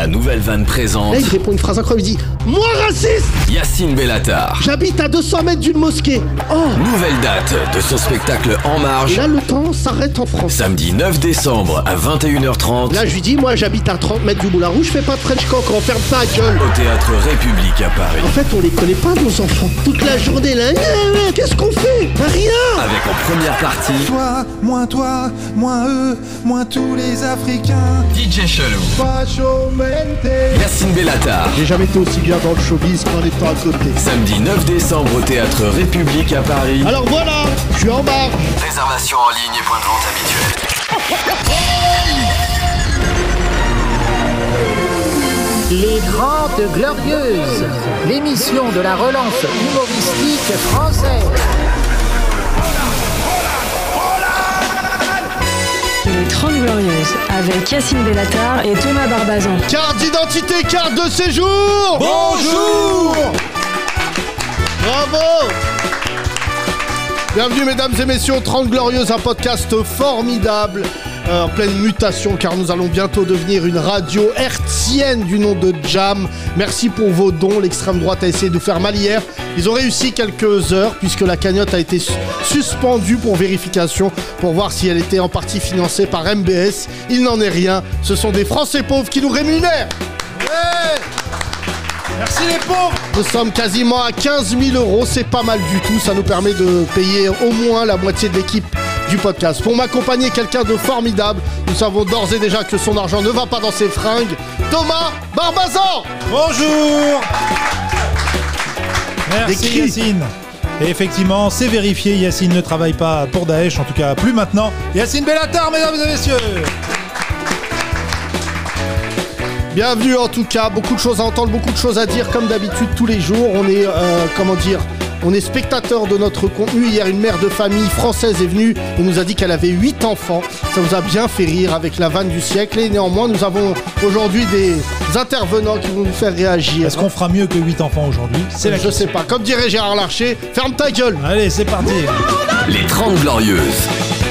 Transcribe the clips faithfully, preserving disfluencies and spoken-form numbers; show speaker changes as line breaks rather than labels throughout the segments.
La nouvelle vanne présente.
Là, il répond une phrase incroyable, il dit « Moi raciste !»
Yacine Bellatar.
J'habite à deux cents mètres d'une mosquée. Oh.
Nouvelle date de son spectacle En Marche.
Et là, le temps s'arrête en France.
Samedi neuf décembre à vingt et une heures trente.
Là, je lui dis, moi, j'habite à trente mètres du Moulin Rouge, je fais pas de French Cock, on ferme ta gueule.
Au Théâtre République à Paris.
En fait, on les connaît pas, nos enfants. Toute la journée, là, qu'est-ce qu'on fait? Rien.
Avec en première partie...
Toi, moins toi, moins eux, moins tous les Africains.
D J Chelou. Yacine Bellatar.
J'ai jamais été aussi bien dans le showbiz qu'en étant à côté.
Samedi neuf décembre au Théâtre République à Paris.
Alors voilà, je suis en marche.
Réservation en ligne et point de vente habituel.
Les Grandes Glorieuses, l'émission de la relance humoristique française.
Les trente Glorieuses, avec Yacine Bellatar et Thomas Barbazan.
Carte d'identité, carte de séjour.
Bonjour.
Bravo. Bienvenue mesdames et messieurs, trente Glorieuses, un podcast formidable. Euh, en pleine mutation car nous allons bientôt devenir une radio hertzienne du nom de Jam. Merci pour vos dons, l'extrême droite a essayé de faire mal hier. Ils ont réussi quelques heures puisque la cagnotte a été su- suspendue pour vérification pour voir si elle était en partie financée par M B S. Il n'en est rien, ce sont des Français pauvres qui nous rémunèrent. Ouais.
Merci les pauvres.
Nous sommes quasiment à quinze mille euros, c'est pas mal du tout, ça nous permet de payer au moins la moitié de l'équipe du podcast. Pour m'accompagner, quelqu'un de formidable, nous savons d'ores et déjà que son argent ne va pas dans ses fringues, Thomas Barbazan.
Bonjour. Merci
Des cris.
Yacine. Et effectivement, c'est vérifié, Yacine ne travaille pas pour Daesh, en tout cas plus maintenant. Yacine Bellatar, mesdames et messieurs.
Bienvenue en tout cas, beaucoup de choses à entendre, beaucoup de choses à dire comme d'habitude tous les jours. On est, euh, comment dire, on est spectateur de notre contenu. Hier, une mère de famille française est venue et nous a dit qu'elle avait huit enfants. Ça nous a bien fait rire avec la vanne du siècle. Et néanmoins, nous avons aujourd'hui des intervenants qui vont nous faire réagir.
Est-ce qu'on fera mieux que huit enfants aujourd'hui? C'est la
Je
question.
sais pas. Comme dirait Gérard Larcher, ferme ta gueule.
Allez, c'est parti.
Les trente Glorieuses.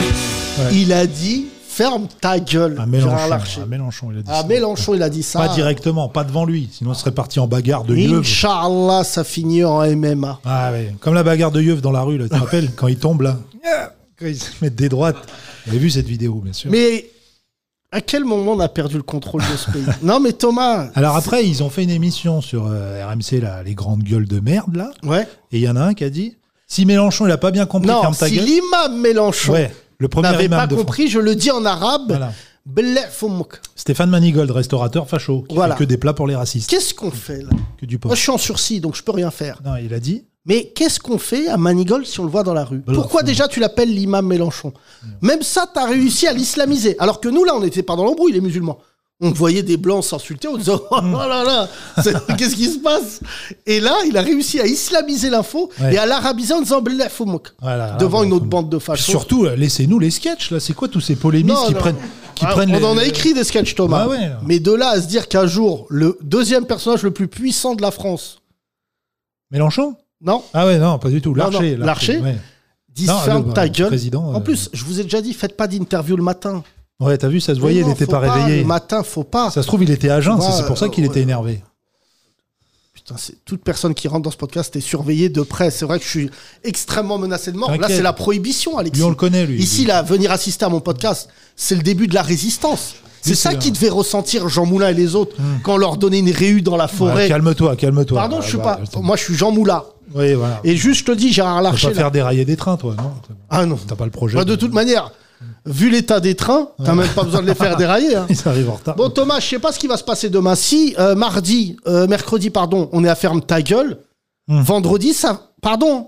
Il a dit ferme ta gueule,
À
Gérard
Mélenchon,
Larcher.
à Mélenchon, il a dit
À
ça.
Mélenchon, il a dit ça.
Pas directement, pas devant lui, sinon on serait parti en bagarre de yeuve.
Inch'Allah, ça finit en M M A.
Ah ouais, comme la bagarre de yeuve dans la rue, là, tu te rappelles, quand ils tombent là, quand ils se mettent des droites. Vous avez vu cette vidéo, bien sûr.
Mais à quel moment on a perdu le contrôle de ce pays? Non mais Thomas.
Alors après, ils ont fait une émission sur euh, R M C, là, les grandes gueules de merde, là,
Ouais.
et il y en a un qui a dit, si Mélenchon, il a pas bien compris,
Non,
ferme ta
si
gueule.
l'imam Mélenchon
Ouais, le premier
n'avait
imam
pas
de
compris, je le dis en arabe.
Voilà.
Bella Foumouk.
Stéphane Manigold, restaurateur facho, qui
Voilà.
fait que des plats pour les racistes,
Qu'est-ce qu'on fait là?
que du
Moi
porc.
je suis en sursis donc je peux rien faire.
Non, il a dit,
Mais qu'est-ce qu'on fait à Manigol si on le voit dans la rue?
Bella
Pourquoi
Foumouk.
déjà tu l'appelles l'imam Mélenchon? Même ça t'as réussi à l'islamiser. Alors que nous là on n'était pas dans l'embrouille les musulmans. On voyait des blancs s'insulter en disant oh là là, c'est- qu'est-ce qui se passe? Et là, il a réussi à islamiser l'info
Ouais.
et à l'arabiser en disant Bella Foumouk.
voilà,
Devant
là,
une autre
faut-
bande de
Puis
fachos.
surtout, euh, laissez-nous les sketchs, là, c'est quoi tous ces polémistes
Non,
qui
non.
prennent, qui
Ah,
prennent
on
les-
en a écrit des sketchs, Thomas.
Bah ouais, là.
Mais de là à se dire qu'un jour, le deuxième personnage le plus puissant de la France,
Mélenchon?
non,
Ah ouais, non, pas du tout.
Non,
L'archer.
non, Larcher.
ouais.
dit
Non,
ferme
le-
ta
le
gueule.
président,
En
euh,
plus, je vous ai déjà dit, faites pas d'interview le matin.
Ouais, t'as vu, ça se voyait,
Non,
il n'était
faut
pas réveillé.
Le matin, faut pas.
Ça se trouve, il était à jeun,
Tu vois,
c'est pour ça qu'il
euh,
était énervé.
Putain, c'est toute personne qui rentre dans ce podcast est surveillée de près. C'est vrai que je suis extrêmement menacé de mort. Là,
T'inquiète.
c'est la prohibition, Alexis.
Lui, on le connaît, lui.
Ici, là, venir assister à mon podcast, c'est le début de la résistance. C'est
Lui,
ça
c'est
qui
un-
devait ressentir Jean Moulin et les autres quand on leur donnait une réhue dans la
Ouais,
forêt.
calme-toi, calme-toi.
Pardon,
Ah,
je suis
bah,
pas.
c'est-
Moi, je suis Jean Moulin.
Oui, voilà.
Et juste, je te dis, Gérard
Tu vas
Larcher.
pas
là-
faire dérailler des trains, toi, non?
Ah non.
T'as pas le projet.
Bah, de toute manière, vu l'état des trains, t'as même pas besoin de les faire dérailler. hein.
Ils arrivent en retard.
Bon, Thomas, je sais pas ce qui va se passer demain. Si euh, mardi, euh, mercredi, pardon, on est à ferme ta gueule.
Hmm.
Vendredi, ça, pardon,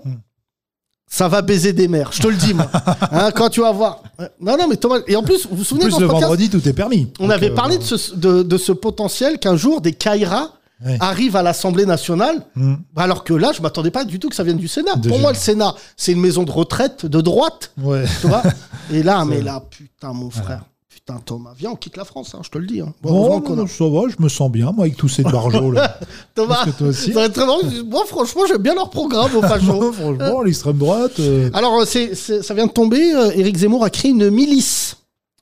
ça va baiser des mères. Je te le dis, moi. Hein, quand tu vas voir. Non, non, mais Thomas. Et en plus, vous vous
En
souvenez
plus,
dans ce
le
podcast,
vendredi, tout est permis.
on
Donc,
avait
euh,
parlé de ce, de, de ce potentiel qu'un jour des Kaira
Ouais.
arrivent à l'Assemblée nationale.
Hmm.
Alors que là, je m'attendais pas du tout que ça vienne du Sénat.
Déjà.
Pour moi, le Sénat, c'est une maison de retraite de droite.
Ouais.
Tu vois. Et là, mais là, putain, mon frère. Putain, Thomas, viens, on quitte la France, hein, je te le dis. Hein. Bon, heureusement
Bon,
qu'on a-
ça va, je me sens bien, moi, avec tous ces barjots, là.
Thomas,
Parce que toi aussi.
ça va être très marrant. Moi, franchement, j'aime bien leur programme au facho.
Franchement, l'extrême droite. euh,
Alors, c'est, c'est- ça vient de tomber. euh, Éric Zemmour a créé une milice.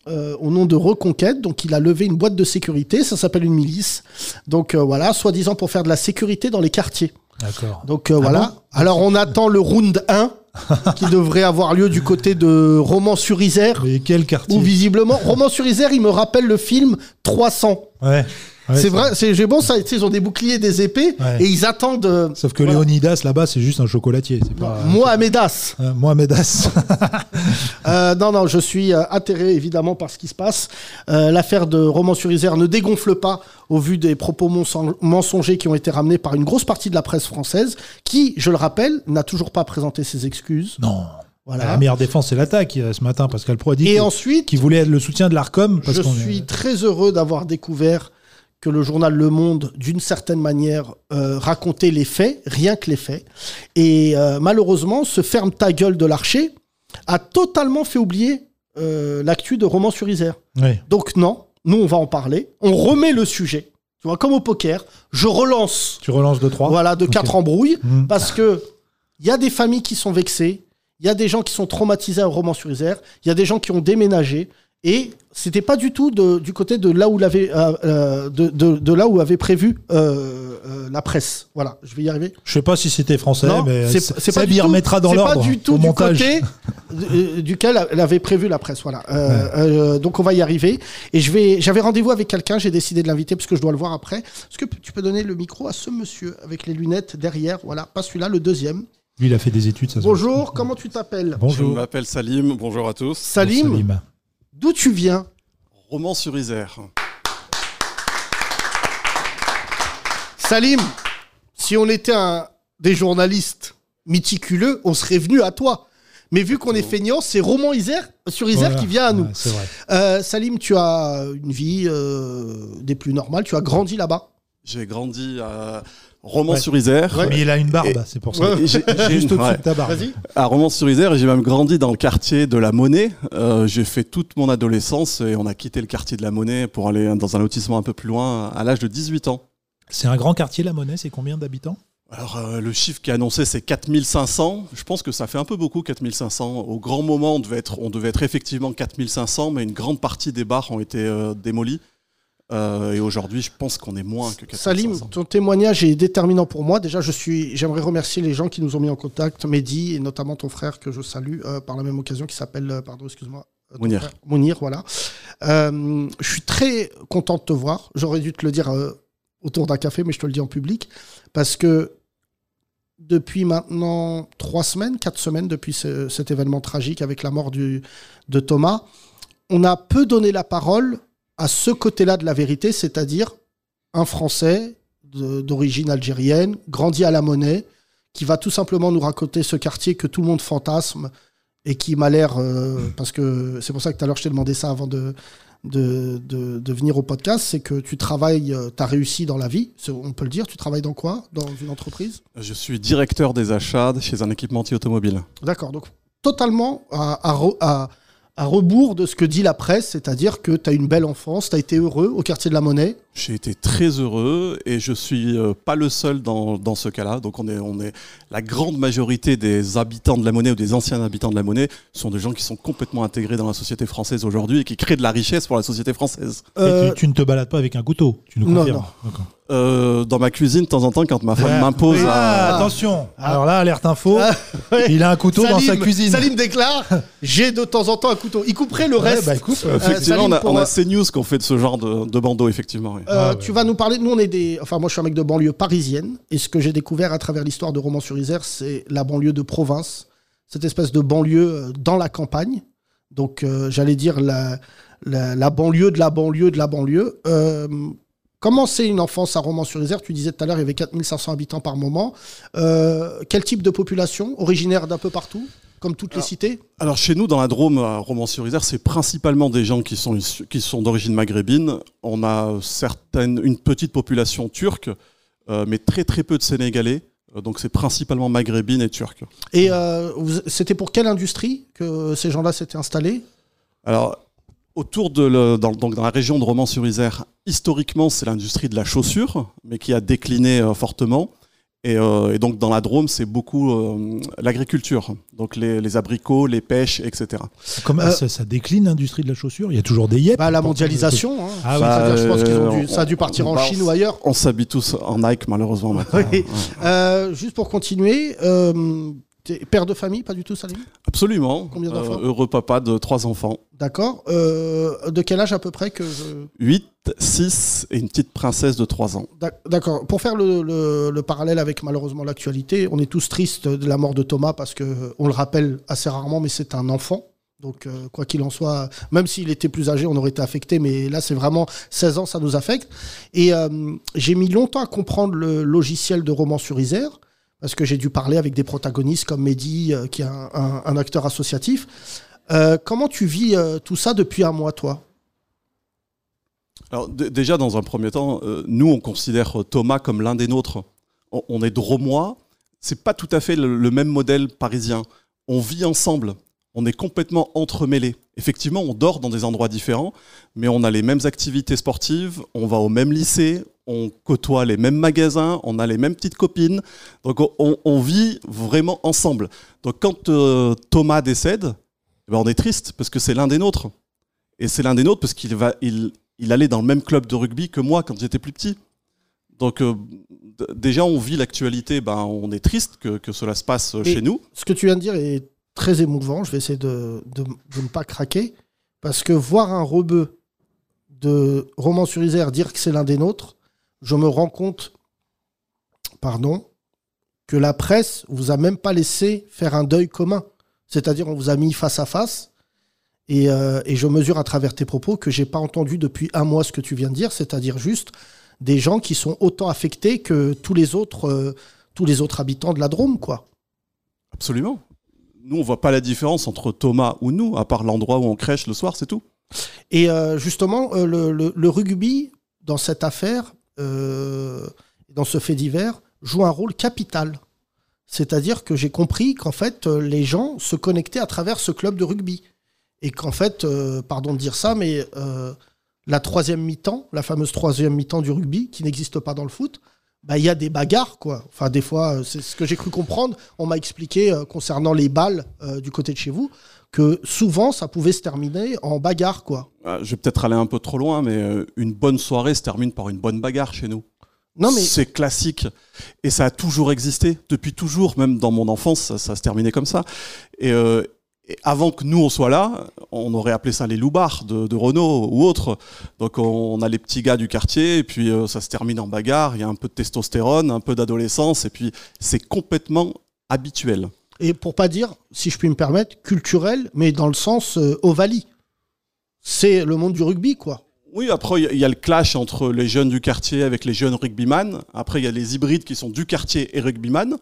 euh, au nom de Reconquête. Donc il a levé une boîte de sécurité, ça s'appelle une milice. Donc euh, voilà, soi-disant pour faire de la sécurité dans les quartiers.
D'accord.
Donc euh,
Ah
voilà.
bon
Alors on attend le round un qui devrait avoir lieu du côté de Romans-sur-Isère.
Mais quel quartier?
Où visiblement, Romans-sur-Isère, il me rappelle le film trois cents.
Ouais. Ouais,
c'est
ça-
vrai, c'est j'ai bon, ça, tu sais, ils ont des boucliers, des épées,
Ouais.
et ils attendent. euh,
Sauf que
voilà.
Léonidas, là-bas, c'est juste un chocolatier. C'est pas...
Mohamedas.
Euh, Mohamedas.
Euh, non, non, je suis euh, atterré évidemment par ce qui se passe. Euh, L'affaire de Romans-sur-Isère ne dégonfle pas au vu des propos monson- mensongers qui ont été ramenés par une grosse partie de la presse française, qui, je le rappelle, n'a toujours pas présenté ses excuses.
Non.
Voilà.
La meilleure défense, c'est l'attaque euh, ce matin. Pascal Pro a dit
Et
qu'il
ensuite,
qu'il voulait le soutien de l'Arcom. Parce
je
qu'on
suis
est...
très heureux d'avoir découvert que le journal Le Monde, d'une certaine manière, euh, racontait les faits, rien que les faits. Et euh, malheureusement, ce ferme ta gueule de l'Archer a totalement fait oublier euh, l'actu de Romans-sur-Isère.
Oui.
Donc non, nous on va en parler. On remet le sujet. Tu vois, comme au poker, je relance.
Tu relances de trois.
Voilà, de
Ok.
quatre embrouilles,
Mmh.
parce que il y a des familles qui sont vexées, il y a des gens qui sont traumatisés à Romans-sur-Isère, il y a des gens qui ont déménagé, et c'était pas du tout de- du côté de là où l'avait, euh, euh, de, de- de là où avait prévu euh, euh, la presse. Voilà, je vais y arriver.
Je sais pas si c'était français,
Non,
mais
c'est-
c'est,
c'est pas
Seb
du
y
tout-
remettra dans
c'est
l'ordre
pas du tout
au
du
montage.
côté euh, duquel elle avait prévu la presse. Voilà. Euh, euh, donc on va y arriver. Et je vais, j'avais rendez-vous avec quelqu'un. J'ai décidé de l'inviter parce que je dois le voir après. Est-ce que tu peux donner le micro à ce monsieur avec les lunettes derrière? Voilà, pas celui-là, le deuxième.
Lui, il a fait des études, ça se
Bonjour,
voit.
comment tu t'appelles?
Je
Bonjour.
m'appelle Salim, bonjour à tous.
Salim,
Salim.
d'où tu viens?
Romans-sur-Isère.
Salim, si on était un, des journalistes méticuleux, on serait venu à toi. Mais vu qu'on est feignant, c'est Roman Isère, sur Isère
Voilà.
qui vient à nous.
Ouais, c'est vrai.
Euh, Salim, tu as une vie euh, des plus normales. Tu as grandi là-bas.
J'ai grandi à Romans-sur-Isère.
Ouais.
Mais il a une barbe,
Et-
c'est pour ça.
Ouais.
Et j'ai- j'ai
Juste
une-
au-dessus
ouais.
de ta barbe.
Vas-y.
À Romans-sur-Isère, et j'ai même grandi dans le quartier de la Monnaie. Euh, j'ai fait toute mon adolescence et on a quitté le quartier de la Monnaie pour aller dans un lotissement un peu plus loin à l'âge de dix-huit ans.
C'est un grand quartier, la Monnaie. C'est combien d'habitants?
Alors, euh, le chiffre qui est annoncé, c'est quatre mille cinq cents. Je pense que ça fait un peu beaucoup, quatre mille cinq cents. Au grand moment, on devait être, on devait être effectivement quatre mille cinq cents, mais une grande partie des bars ont été euh, démolis. Euh, et aujourd'hui, je pense qu'on est moins que quatre mille cinq
Salim,
cents.
ton témoignage est déterminant pour moi. Déjà, je suis, j'aimerais remercier les gens qui nous ont mis en contact, Mehdi et notamment ton frère que je salue euh, par la même occasion, qui s'appelle, euh, pardon, excuse-moi. euh, ton
Mounir.
frère. Mounir, voilà. Euh, je suis très content de te voir. J'aurais dû te le dire euh, autour d'un café, mais je te le dis en public. Parce que depuis maintenant trois semaines, quatre semaines, depuis ce- cet événement tragique avec la mort du, de Thomas, on a peu donné la parole à ce côté-là de la vérité, c'est-à-dire un Français de- d'origine algérienne, grandi à la Monnaie, qui va tout simplement nous raconter ce quartier que tout le monde fantasme et qui m'a l'air... euh, parce que c'est pour ça que tout à l'heure je t'ai demandé ça avant de, de, de, de venir au podcast, c'est que tu travailles, tu as réussi dans la vie, c'est- on peut le dire, tu travailles dans quoi? Dans une entreprise?
Je suis directeur des achats chez un équipementier automobile.
D'accord, donc totalement à, à, re- à- à rebours de ce que dit la presse, c'est-à-dire que tu as une belle enfance, tu as été heureux au quartier de la Monnaie.
J'ai été très heureux et je suis euh, pas le seul dans, dans ce cas-là. Donc on est, on est la grande majorité des habitants de la Monnaie ou des anciens habitants de la Monnaie sont des gens qui sont complètement intégrés dans la société française aujourd'hui et qui créent de la richesse pour la société française.
Et
Euh,
tu, tu ne te balades pas avec un couteau, tu nous
non,
confirmes.
non.
D'accord.
Euh, dans ma cuisine, de temps en temps, quand ma femme
Ah,
m'impose
oui.
à...
Ah, attention. Alors là, alerte info.
Ah, ouais.
Il a un couteau dans sa
Salim-
cuisine.
Salim déclare j'ai de temps en temps un couteau. Il couperait le
Ouais,
reste.
bah, écoute,
Euh,
Effectivement,
Salim,
on a,
pour-
on a CNews qui ont fait de ce genre de, de bandeau, effectivement. oui.
Euh,
Ah, ouais.
Tu vas nous parler. Nous, on est des. Enfin, moi, je suis un mec de banlieue parisienne. Et ce que j'ai découvert à travers l'histoire de Romans-sur-Isère, c'est la banlieue de province. Cette espèce de banlieue euh, dans la campagne. Donc, euh, j'allais dire la, la, la banlieue de la banlieue de la banlieue. Euh, comment c'est une enfance à Romans-sur-Isère? Tu disais tout à l'heure, il y avait quatre mille cinq cents habitants par moment. Euh, quel type de population? Originaire d'un peu partout? Comme toutes les
Ah.
cités?
Alors chez nous, dans la Drôme, à Romans-sur-Isère, c'est principalement des gens qui sont, issus- qui sont d'origine maghrébine. On a certaines, une petite population turque, euh, mais très très peu de Sénégalais. Euh, Donc c'est principalement maghrébine et turque.
Et euh, vous- c'était pour quelle industrie que ces gens-là s'étaient installés?
Alors, autour de le- dans, donc dans la région de Romans-sur-Isère, historiquement, c'est l'industrie de la chaussure, mais qui a décliné euh, fortement. Et, euh, et donc dans la Drôme, c'est beaucoup euh, l'agriculture, donc les, les abricots, les pêches, et cetera.
Comment
Euh,
ça, ça décline l'industrie de la chaussure? Il y a toujours des yep.
Bah, la mondialisation, hein.
Ah oui.
C'est-à-dire, je pense qu'ils ont
Euh,
dû, ça a dû partir en
bah,
Chine ou ailleurs.
On s'habille tous en Nike malheureusement maintenant.
Oui.
Ouais.
Euh, juste pour continuer, euh, t'es père de famille, pas du tout, Salim?
Absolument.
Combien d'enfants?
Euh, Heureux papa de trois enfants.
D'accord. Euh, de quel âge à peu près que je...
huit, six et une petite princesse de trois ans.
D'ac- D'accord. Pour faire le, le- le parallèle avec malheureusement l'actualité, on est tous tristes de la mort de Thomas parce que euh, on le rappelle assez rarement, mais c'est un enfant. Donc, euh, quoi qu'il en soit, même s'il était plus âgé, on aurait été affecté. Mais là, c'est vraiment seize ans, ça nous affecte. Et euh, j'ai mis longtemps à comprendre le logiciel de Romans sur Isère parce que j'ai dû parler avec des protagonistes comme Mehdi, euh, qui est un, un- un acteur associatif. Euh, comment tu vis euh, tout ça depuis un mois, toi?
Alors d- déjà dans un premier temps, euh, nous on considère Thomas comme l'un des nôtres. On, on est drômois, c'est pas tout à fait le, le même modèle parisien. On vit ensemble, on est complètement entremêlés. Effectivement, on dort dans des endroits différents, mais on a les mêmes activités sportives, on va au même lycée, on côtoie les mêmes magasins, on a les mêmes petites copines. Donc on, on vit vraiment ensemble. Donc quand euh, Thomas décède, eh ben, on est triste parce que c'est l'un des nôtres. Et c'est l'un des nôtres parce qu'il va, il, il allait dans le même club de rugby que moi quand j'étais plus petit. Donc euh, d- déjà on vit l'actualité, ben, on est triste que, que cela se passe
Mais-
chez nous.
Ce que tu viens de dire est très émouvant. Je vais essayer de, de- de ne pas craquer. Parce que voir un rebeu de Romans sur Isère dire que c'est l'un des nôtres, je me rends compte, pardon, que la presse vous a même pas laissé faire un deuil commun. C'est-à-dire, on vous a mis face à face. Et, euh, et je mesure à travers tes propos que j'ai pas entendu depuis un mois ce que tu viens de dire, c'est-à-dire juste des gens qui sont autant affectés que tous les autres, euh, tous les autres habitants de la Drôme, quoi.
Absolument. Nous on voit pas la différence entre Thomas ou nous, à part l'endroit où on crèche le soir, c'est tout.
Et euh, justement, euh, le, le- le rugby, dans cette affaire, euh, dans ce fait divers, joue un rôle capital. C'est-à-dire que j'ai compris qu'en fait, euh, les gens se connectaient à travers ce club de rugby. Et qu'en fait, euh, pardon de dire ça, mais euh, la troisième mi-temps, la fameuse troisième mi-temps du rugby, qui n'existe pas dans le foot, bah, il y a des bagarres, quoi. Enfin, des fois, euh, c'est ce que j'ai cru comprendre. On m'a expliqué, euh, concernant les balles euh, du côté de chez vous, que souvent, ça pouvait se terminer en bagarre, quoi.
Euh, je vais peut-être aller un peu trop loin, mais euh, une bonne soirée se termine par une bonne bagarre chez nous.
Non, mais
C'est classique. Et ça a toujours existé. Depuis toujours, même dans mon enfance, ça, ça se terminait comme ça. Et, euh, et avant que nous, on soit là, on aurait appelé ça les loupards de, de Renault ou autre. Donc on a les petits gars du quartier, et puis euh, ça se termine en bagarre. Il y a un peu de testostérone, un peu d'adolescence, et puis c'est complètement habituel.
et pour pas dire, si je puis me permettre, culturel, mais dans le sens euh, Ovalie. C'est le monde du rugby, quoi.
Oui, après, il y a- il y a le clash entre les jeunes du quartier avec les jeunes rugbyman. Après, il y a les hybrides qui sont du quartier et rugbyman.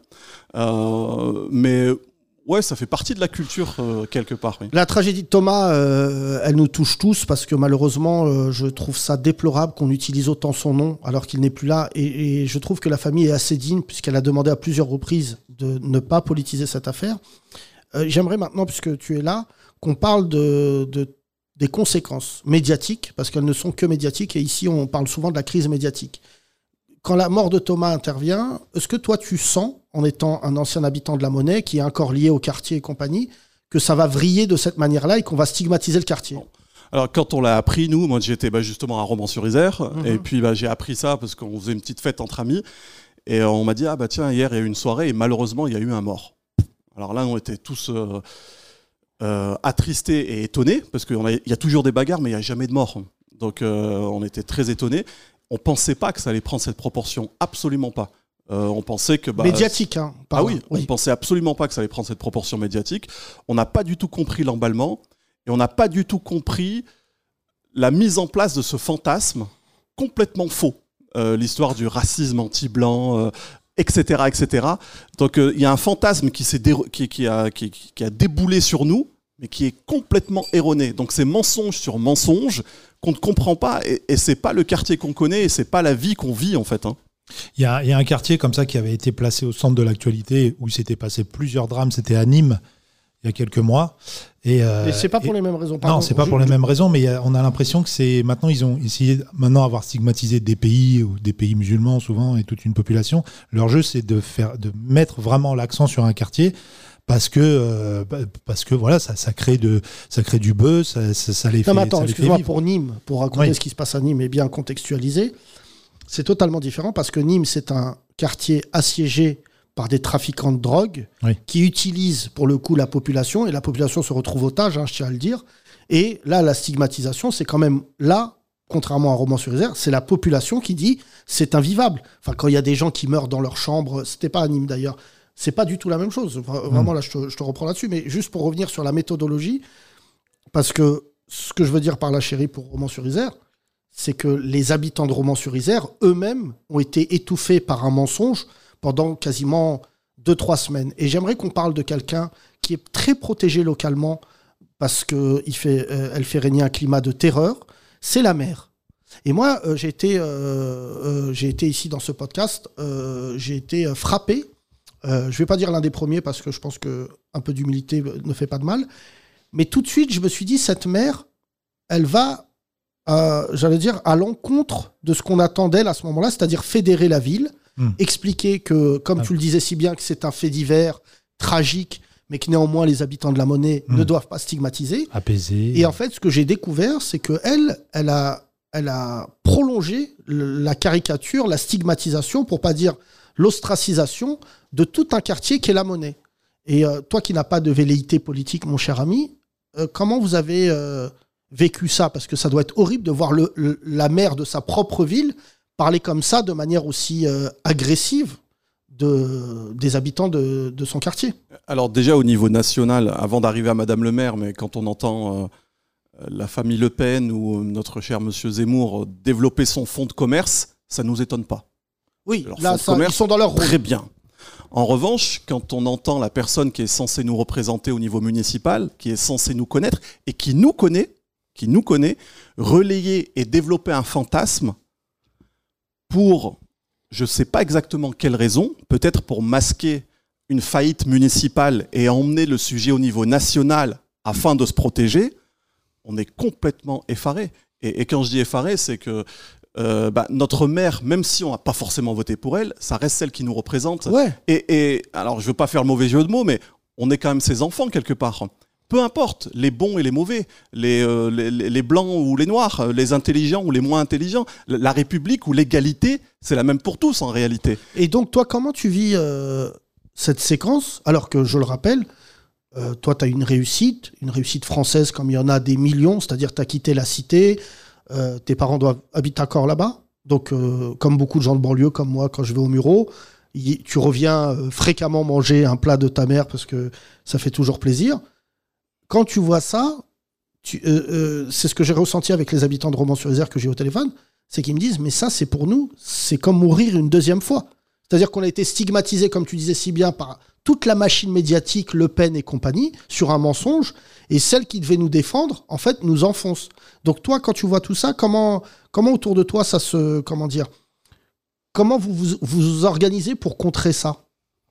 Euh, mais ouais, ça fait partie de la culture, euh, quelque part. Oui.
La tragédie de Thomas, euh, elle nous touche tous parce que malheureusement, euh, je trouve ça déplorable qu'on utilise autant son nom alors qu'il n'est plus là. Et, et je trouve que la famille est assez digne puisqu'elle a demandé à plusieurs reprises de ne pas politiser cette affaire. Euh, J'aimerais maintenant, puisque tu es là, qu'on parle de, de- des conséquences médiatiques, parce qu'elles ne sont que médiatiques. Et ici, on parle souvent de la crise médiatique. Quand la mort de Thomas intervient, est-ce que toi, tu sens, en étant un ancien habitant de la Monnaie, qui est encore lié au quartier et compagnie, que ça va vriller de cette manière-là et qu'on va stigmatiser le quartier?
Alors, quand on l'a appris, nous, moi, j'étais bah, justement à Romans-sur-Isère.
Mhm.
Et puis, bah, j'ai appris ça parce qu'on faisait une petite fête entre amis. Et on m'a dit, ah bah tiens, hier, il y a eu une soirée et malheureusement, il y a eu un mort. Alors là, on était tous euh, euh, attristés et étonnés parce qu'il y a toujours des bagarres, mais il n'y a jamais de mort. Donc, euh, on était très étonnés. On ne pensait pas que ça allait prendre cette proportion. Absolument pas. Euh, on pensait que... Bah,
Médiatique, hein.
Ah
pardon.
oui, on pensait absolument pas que ça allait prendre cette proportion médiatique. On n'a pas du tout compris l'emballement et on n'a pas du tout compris la mise en place de ce fantasme complètement faux. Euh, l'histoire du racisme anti-blanc, euh, et cetera, et cetera. Donc il euh, y a un fantasme qui, s'est déro- qui, qui, a, qui, qui a déboulé sur nous, mais qui est complètement erroné. Donc c'est mensonge sur mensonge qu'on ne comprend pas et, et c'est pas le quartier qu'on connaît et c'est pas la vie qu'on vit en fait. Hein.
Il y a, il y a un quartier comme ça qui avait été placé au centre de l'actualité où il s'était passé plusieurs drames, c'était à Nîmes. il y a quelques mois. Et, euh,
Mais c'est pas pour
et,
les mêmes raisons. Pardon,
non, c'est pas
je,
pour les
je...
mêmes raisons, mais y a, on a l'impression que c'est maintenant ils ont essayé maintenant avoir stigmatisé des pays ou des pays musulmans souvent et toute une population. Leur jeu, c'est de faire, de mettre vraiment l'accent sur un quartier. Parce que, euh, parce que voilà, ça, ça, crée de, ça crée du buzz, ça, ça, ça les fait.
Non, mais attends, excuse-moi,
vivre.
pour Nîmes, pour raconter
oui.
ce qui se passe à Nîmes et bien contextualiser, c'est totalement différent parce que Nîmes, c'est un quartier assiégé par des trafiquants de drogue
oui.
qui utilisent pour le coup la population et la population se retrouve otage, hein, je tiens à le dire. Et là, la stigmatisation, c'est quand même là, contrairement à Romans-sur-Isère, c'est la population qui dit c'est invivable. Enfin, quand il y a des gens qui meurent dans leur chambre, c'était pas à Nîmes d'ailleurs. C'est pas du tout la même chose. Vraiment, là, je te, je te reprends là-dessus. Mais juste pour revenir sur la méthodologie, parce que ce que je veux dire par là, chérie, pour Romans-sur-Isère, c'est que les habitants de Romans-sur-Isère, eux-mêmes, ont été étouffés par un mensonge pendant quasiment deux, trois semaines. Et j'aimerais qu'on parle de quelqu'un qui est très protégé localement parce qu'elle fait, euh, fait régner un climat de terreur. C'est la maire. Et moi, euh, j'ai, été, euh, euh, j'ai été ici dans ce podcast, euh, j'ai été frappé. Euh, je ne vais pas dire l'un des premiers parce que je pense qu'un peu d'humilité ne fait pas de mal. Mais tout de suite, je me suis dit, cette mère, elle va, euh, j'allais dire, à l'encontre de ce qu'on attend d'elle à ce moment-là, c'est-à-dire fédérer la ville, mmh. expliquer que, comme ah. tu le disais si bien, que c'est un fait divers, tragique, mais que néanmoins les habitants de la Monnaie mmh. ne doivent pas stigmatiser.
Apaiser.
Et en fait, ce que j'ai découvert, c'est qu'elle, elle a, elle a prolongé la caricature, la stigmatisation, pour pas dire l'ostracisation de tout un quartier qui est la Monnaie. Et euh, toi qui n'as pas de velléité politique, mon cher ami, euh, comment vous avez euh, vécu ça? Parce que ça doit être horrible de voir le, le, la maire de sa propre ville parler comme ça, de manière aussi euh, agressive de, des habitants de, de son quartier.
Alors déjà au niveau national, avant d'arriver à Madame le maire, mais quand on entend euh, la famille Le Pen ou notre cher Monsieur Zemmour développer son fonds de commerce, ça ne nous étonne pas.
Oui,
leur
là, ça, ils sont dans leur rôle.
Très bien. En revanche, quand on entend la personne qui est censée nous représenter au niveau municipal, qui est censée nous connaître et qui nous connaît, qui nous connaît, relayer et développer un fantasme pour, je ne sais pas exactement quelle raison, peut-être pour masquer une faillite municipale et emmener le sujet au niveau national afin de se protéger, on est complètement effaré. Et, et quand je dis effaré, c'est que Euh, bah, notre maire, même si on n'a pas forcément voté pour elle, ça reste celle qui nous représente.
Ouais.
Et, et alors, je ne veux pas faire le mauvais jeu de mots, mais on est quand même ses enfants quelque part. Peu importe, les bons et les mauvais, les, euh, les, les blancs ou les noirs, les intelligents ou les moins intelligents, la République ou l'égalité, c'est la même pour tous en réalité.
Et donc, toi, comment tu vis euh, cette séquence, alors que, je le rappelle, euh, toi, tu as une réussite, une réussite française comme il y en a des millions, c'est-à-dire tu as quitté la cité. Euh, tes parents doivent habiter encore là-bas. Donc, euh, comme beaucoup de gens de banlieue, comme moi, quand je vais au Muro, y, tu reviens euh, fréquemment manger un plat de ta mère parce que ça fait toujours plaisir. Quand tu vois ça, tu, euh, euh, c'est ce que j'ai ressenti avec les habitants de Romans-sur-Isère que j'ai au téléphone, c'est qu'ils me disent, mais ça, c'est pour nous, c'est comme mourir une deuxième fois. C'est-à-dire qu'on a été stigmatisé, comme tu disais si bien, par toute la machine médiatique, Le Pen et compagnie, sur un mensonge, et celle qui devait nous défendre, en fait, nous enfonce. Donc toi, quand tu vois tout ça, comment, comment autour de toi, ça se... Comment dire Comment vous vous, vous organisez pour contrer ça?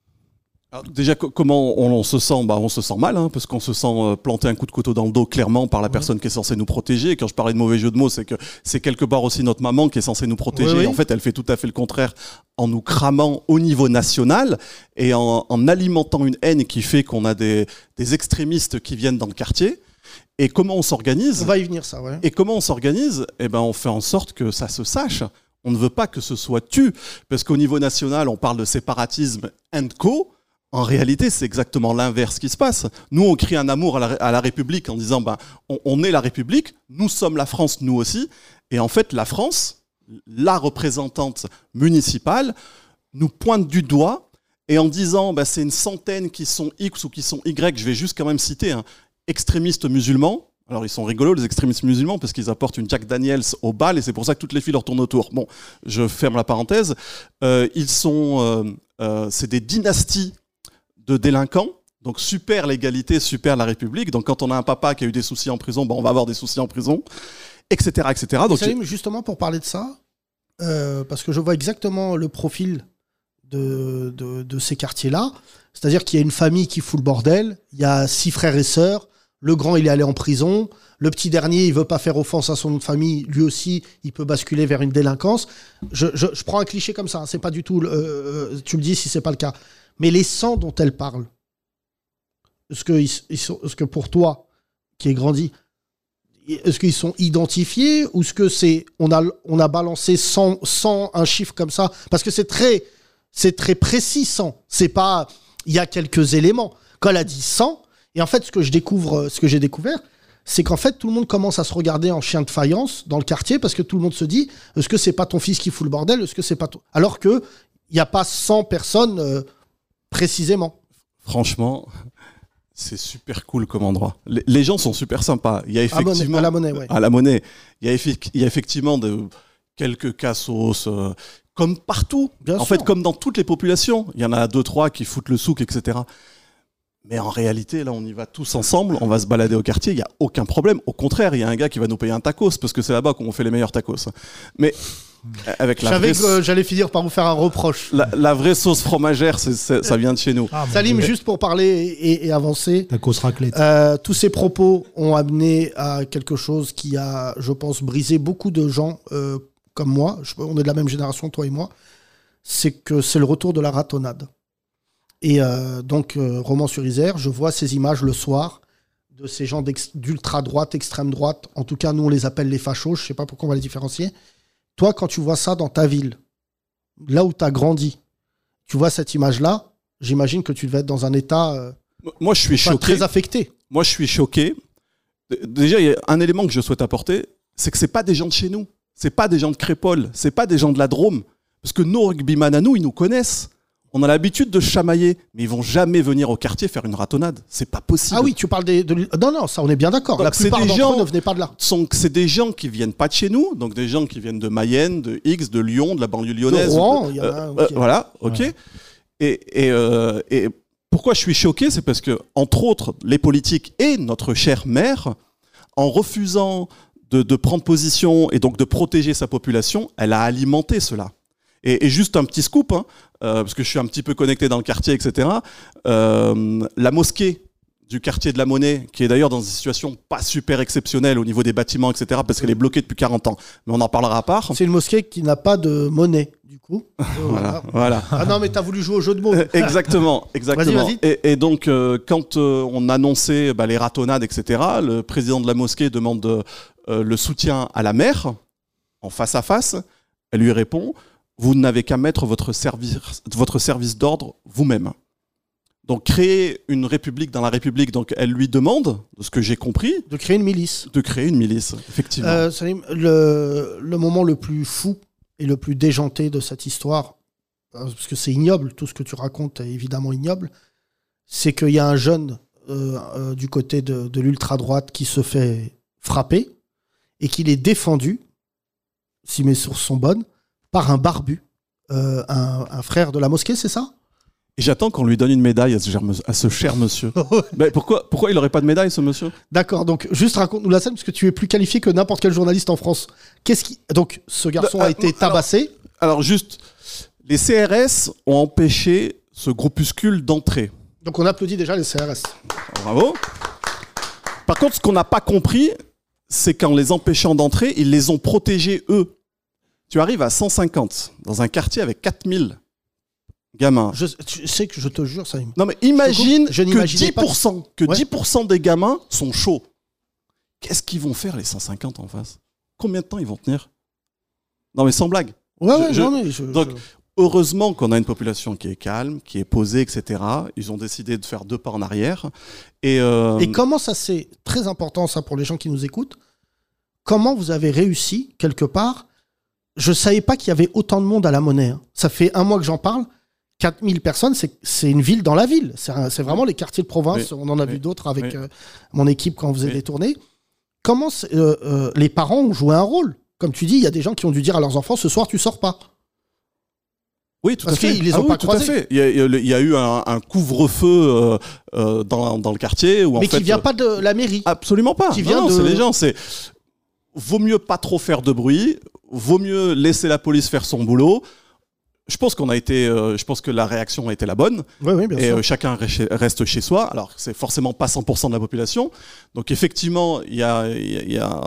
Alors déjà, comment on, on se sent? Bah, on se sent mal, hein, parce qu'on se sent euh, planter un coup de couteau dans le dos clairement par la oui. personne qui est censée nous protéger. Et quand je parlais de mauvais jeu de mots, c'est que c'est quelque part aussi notre maman qui est censée nous protéger. Oui, oui. En fait, elle fait tout à fait le contraire en nous cramant au niveau national et en, en alimentant une haine qui fait qu'on a des, des extrémistes qui viennent dans le quartier. Et comment on s'organise?
On va y venir, ça, ouais.
Et comment on s'organise? Eh ben, on fait en sorte que ça se sache. On ne veut pas que ce soit tu, parce qu'au niveau national, on parle de séparatisme and co. En réalité, c'est exactement l'inverse qui se passe. Nous, on crie un amour à la, à la République en disant ben, on, on est la République, nous sommes la France, nous aussi. Et en fait, la France, la représentante municipale, nous pointe du doigt et en disant ben, c'est une centaine qui sont X ou qui sont Y, je vais juste quand même citer, hein, extrémistes musulmans. Alors, ils sont rigolos, les extrémistes musulmans, parce qu'ils apportent une Jack Daniels au bal et c'est pour ça que toutes les filles leur tournent autour. Bon, je ferme la parenthèse. Euh, ils sont, euh, euh, c'est des dynasties de délinquants, donc super l'égalité, super la République. Donc quand on a un papa qui a eu des soucis en prison, ben on va avoir des soucis en prison, et cetera, et cetera. Donc
Salim, justement pour parler de ça, euh, parce que je vois exactement le profil de, de, de ces quartiers-là. C'est-à-dire qu'il y a une famille qui fout le bordel, il y a six frères et sœurs, le grand, il est allé en prison, le petit dernier, il veut pas faire offense à son nom de famille, lui aussi, il peut basculer vers une délinquance. Je, je, je prends un cliché comme ça, hein, c'est pas du tout... Euh, tu me dis si c'est pas le cas. Mais les cent dont elle parle, est-ce que, ils, ils sont, est-ce que pour toi, qui est grandi, est-ce qu'ils sont identifiés ou est-ce que c'est on a on a balancé cent, cent un chiffre comme ça parce que c'est très c'est très précis cent, c'est pas il y a quelques éléments. Quand elle a dit cent et en fait ce que je découvre ce que j'ai découvert c'est qu'en fait tout le monde commence à se regarder en chien de faïence dans le quartier parce que tout le monde se dit est-ce que c'est pas ton fils qui fout le bordel, est-ce que c'est pas toi, alors que il y a pas cent personnes euh, précisément.
Franchement, c'est super cool comme endroit. Les, les gens sont super sympas. Il y a effectivement
à la monnaie, ouais.
À la monnaie, il y a, effi- il y a effectivement de, quelques cassos, euh, comme partout.
Bien
en
sûr.
fait, comme dans toutes les populations. Il y en a deux, trois qui foutent le souk, et cetera. Mais en réalité, là, on y va tous ensemble. On va se balader au quartier. Il n'y a aucun problème. Au contraire, il y a un gars qui va nous payer un tacos parce que c'est là-bas qu'on fait les meilleurs tacos. Mais avec
Je
la
savais
vraie,
que euh, j'allais finir par vous faire un reproche.
la, la vraie sauce fromagère, c'est, c'est, ça vient de chez nous.
Ah, mon
Salim,
Dieu.
juste pour parler et, et avancer,
Tacos raclette.
euh, tous ces propos ont amené à quelque chose qui a, je pense, brisé beaucoup de gens euh, comme moi. Je- on est de la même génération, toi et moi. C'est que c'est le retour de la ratonnade. Et euh, donc, euh, Romans-sur-Isère, je vois ces images le soir de ces gens d'ex- d'ultra-droite, extrême-droite. En tout cas, nous, on les appelle les fachos. Je ne sais pas pourquoi on va les différencier. Toi, quand tu vois ça dans ta ville, là où tu as grandi, tu vois cette image-là, j'imagine que tu devais être dans un état euh,
Moi, je suis
enfin,
choqué.
très affecté.
Moi, je suis choqué. D- Déjà, il y a un élément que je souhaite apporter, c'est que c'est pas des gens de chez nous. C'est pas des gens de Crépole. C'est pas des gens de la Drôme. Parce que nos rugbyman à nous, ils nous connaissent. On a l'habitude de se chamailler, mais ils vont jamais venir au quartier faire une ratonnade. C'est pas possible.
Ah oui, tu parles des... De... Non, non, ça, on est bien d'accord.
Donc,
La
c'est
plupart
des
d'entre
gens-
eux ne venaient pas de là.
Sont- C'est des gens qui viennent pas de chez nous, donc des gens qui viennent de Mayenne, de X, de Lyon, de la banlieue lyonnaise.
Rouen,
ou
il y en a un,
euh,
ok.
voilà, ok.
Ouais.
Et, et, euh, et pourquoi je suis choqué, c'est parce que, entre autres, les politiques et notre chère maire, en refusant de, de prendre position et donc de protéger sa population, elle a alimenté cela. Et, et juste un petit scoop, hein, euh, parce que je suis un petit peu connecté dans le quartier, et cetera. Euh, la mosquée du quartier de la Monnaie, qui est d'ailleurs dans une situation pas super exceptionnelle au niveau des bâtiments, et cetera, parce qu'elle est bloquée depuis quarante ans. Mais on en parlera à part.
C'est une mosquée qui n'a pas de monnaie, du coup. Euh,
Voilà, voilà.
Ah non, mais t'as voulu jouer au jeu de mots.
Exactement, exactement.
Vas-y, vas-y.
Et, et donc, euh, quand euh, on annonçait bah, les ratonnades, et cetera, le président de la mosquée demande euh, le soutien à la maire, en face à face. Elle lui répond « Vous n'avez qu'à mettre votre service, votre service d'ordre vous-même. » Donc, créer une république dans la République, donc elle lui demande, de ce que j'ai compris,
De créer une milice.
de créer une milice, effectivement.
Euh, Salim, le, le moment le plus fou et le plus déjanté de cette histoire, euh, parce que c'est ignoble, tout ce que tu racontes est évidemment ignoble, c'est qu'il y a un jeune euh, euh, du côté de, de l'ultra-droite qui se fait frapper et qu'il est défendu, si mes sources sont bonnes, par un barbu, euh, un, un frère de la mosquée, c'est ça?
Et j'attends qu'on lui donne une médaille à ce, cher monsieur- à ce cher monsieur. Mais pourquoi, pourquoi il n'aurait pas de médaille, ce monsieur?
D'accord, donc juste raconte-nous la scène, parce que tu es plus qualifié que n'importe quel journaliste en France. Qu'est-ce qui... Donc, ce garçon
Euh,
a été
alors-
tabassé.
Alors juste, les C R S ont empêché ce groupuscule d'entrer.
Donc, on applaudit déjà les C R S.
Bravo. Par contre, ce qu'on n'a pas compris, c'est qu'en les empêchant d'entrer, ils les ont protégés eux. Tu arrives à cent cinquante dans un quartier avec quatre mille gamins.
Je, tu sais que je te jure, ça.
Non mais imagine
Je
que
n'imaginais
dix pour cent,
pas
que
Ouais.
dix pour cent des gamins sont chauds. Qu'est-ce qu'ils vont faire les cent cinquante en face? Combien de temps ils vont tenir? Non mais sans blague.
Ouais, ouais,
Je-
non, mais je-
donc,
je-
Heureusement qu'on a une population qui est calme, qui est posée, et cetera. Ils ont décidé de faire deux pas en arrière. Et, euh,
Et comment ça, c'est très important, ça, pour les gens qui nous écoutent. Comment vous avez réussi, quelque part? Je savais pas qu'il y avait autant de monde à la Monnaie. hein. Ça fait un mois que j'en parle. quatre mille personnes, c'est c'est une ville dans la ville. C'est un- c'est vraiment les quartiers de province.
Oui.
On en a
Oui.
vu d'autres avec
Oui.
euh, mon équipe quand on faisait
Oui.
des tournées. Comment c'est- euh, euh, les parents ont joué un rôle? Comme tu dis, il y a des gens qui ont dû dire à leurs enfants, ce soir, tu sors pas.
Oui, tout
Parce
à fait.
qu'ils les
Ah
ont
oui,
pas
tout à
croisés.
fait. Il y a, il y a- il y a eu un, un couvre-feu euh, euh, dans, dans le quartier où en
Mais
fait,
qui vient
euh,
pas de la mairie.
absolument pas.
qui
Non,
vient
non,
de-
c'est les gens. C'est vaut mieux pas trop faire de bruit. Vaut mieux laisser la police faire son boulot. je pense qu'on a été, euh, je pense que la réaction a été la bonne.
Oui, oui, bien
et
sûr.
euh, chacun reste chez soi. Alors, c'est forcément pas cent pour cent de la population. Donc, effectivement, il y a, y a, y a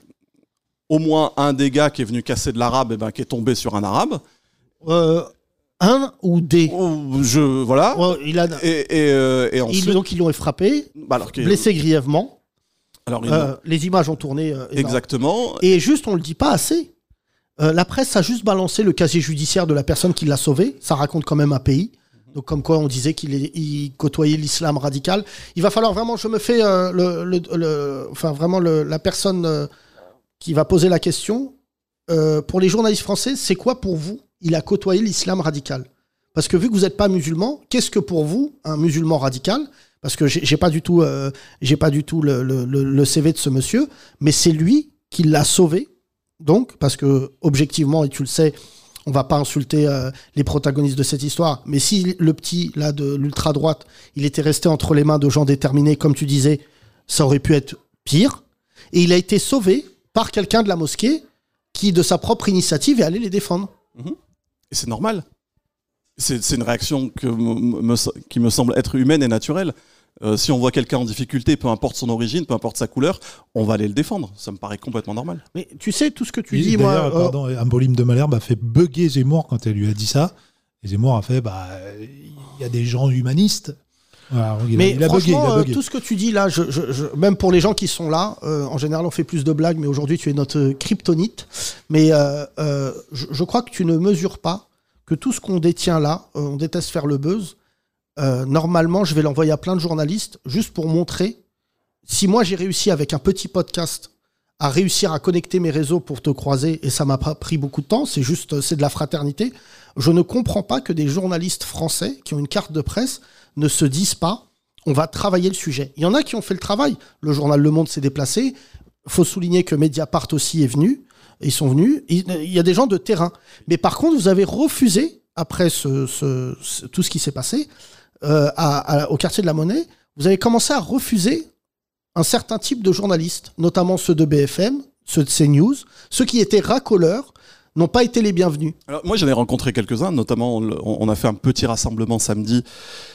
au moins un des gars qui est venu casser de l'arabe, et ben, qui est tombé sur un arabe.
Euh, un ou des
Je, voilà.
ouais, il a...
Et, et, euh, et ensuite...
Ils, donc, ils l'ont frappé,
bah alors,
blessé grièvement.
Alors,
euh, les images ont tourné. Euh,
exactement.
Et juste, on le dit pas assez. Euh, la presse a juste balancé le casier judiciaire de la personne qui l'a sauvé. Ça raconte quand même un pays. Donc, comme quoi on disait qu'il est, il côtoyait l'islam radical. Il va falloir vraiment, je me fais euh, le, le, le, enfin vraiment le, la personne euh, qui va poser la question. Euh, pour les journalistes français, c'est quoi pour vous il a côtoyé l'islam radical? Parce que vu que vous n'êtes pas musulman, qu'est-ce que pour vous un musulman radical? Parce que j'ai, j'ai pas du tout, euh, j'ai pas du tout le, le, le C V de ce monsieur, mais c'est lui qui l'a sauvé. Donc, parce que objectivement, et tu le sais, on va pas insulter euh, les protagonistes de cette histoire, mais si le petit là de l'ultra droite, il était resté entre les mains de gens déterminés, comme tu disais, ça aurait pu être pire. Et il a été sauvé par quelqu'un de la mosquée qui, de sa propre initiative, est allé les défendre.
Mmh. Et c'est normal. C'est, c'est une réaction que me, me, qui me semble être humaine et naturelle. Euh, si on voit quelqu'un en difficulté, peu importe son origine, peu importe sa couleur, on va aller le défendre. Ça me paraît complètement normal.
Mais tu sais, tout ce que tu
Oui,
dis,
d'ailleurs,
moi...
pardon, euh... Ambolim de Malherbe a fait bugger Zemmour quand elle lui a dit ça. Et Zemmour a fait, bah, il y a des gens humanistes. Voilà, il
mais
a, il a
franchement,
bugué, il a bugué.
Euh, tout ce que tu dis là, je, je, je, même pour les gens qui sont là, euh, en général on fait plus de blagues, mais aujourd'hui tu es notre kryptonite. Mais euh, euh, je, je crois que tu ne mesures pas que tout ce qu'on détient là, euh, on déteste faire le buzz, euh, normalement je vais l'envoyer à plein de journalistes juste pour montrer, si moi j'ai réussi avec un petit podcast à réussir à connecter mes réseaux pour te croiser, et ça m'a pas pris beaucoup de temps, c'est juste, c'est de la fraternité, je ne comprends pas que des journalistes français qui ont une carte de presse ne se disent pas, on va travailler le sujet. Il y en a qui ont fait le travail. Le journal Le Monde s'est déplacé. Il faut souligner que Mediapart aussi est venu. Ils sont venus. Il y a des gens de terrain. Mais par contre, vous avez refusé, après ce, ce, ce, tout ce qui s'est passé, euh, à, à, au quartier de la Monnaie, vous avez commencé à refuser un certain type de journalistes, notamment ceux de B F M, ceux de CNews, ceux qui étaient racoleurs, n'ont pas été les bienvenus.
Alors, moi, j'en ai rencontré quelques-uns, notamment, on, on a fait un petit rassemblement samedi.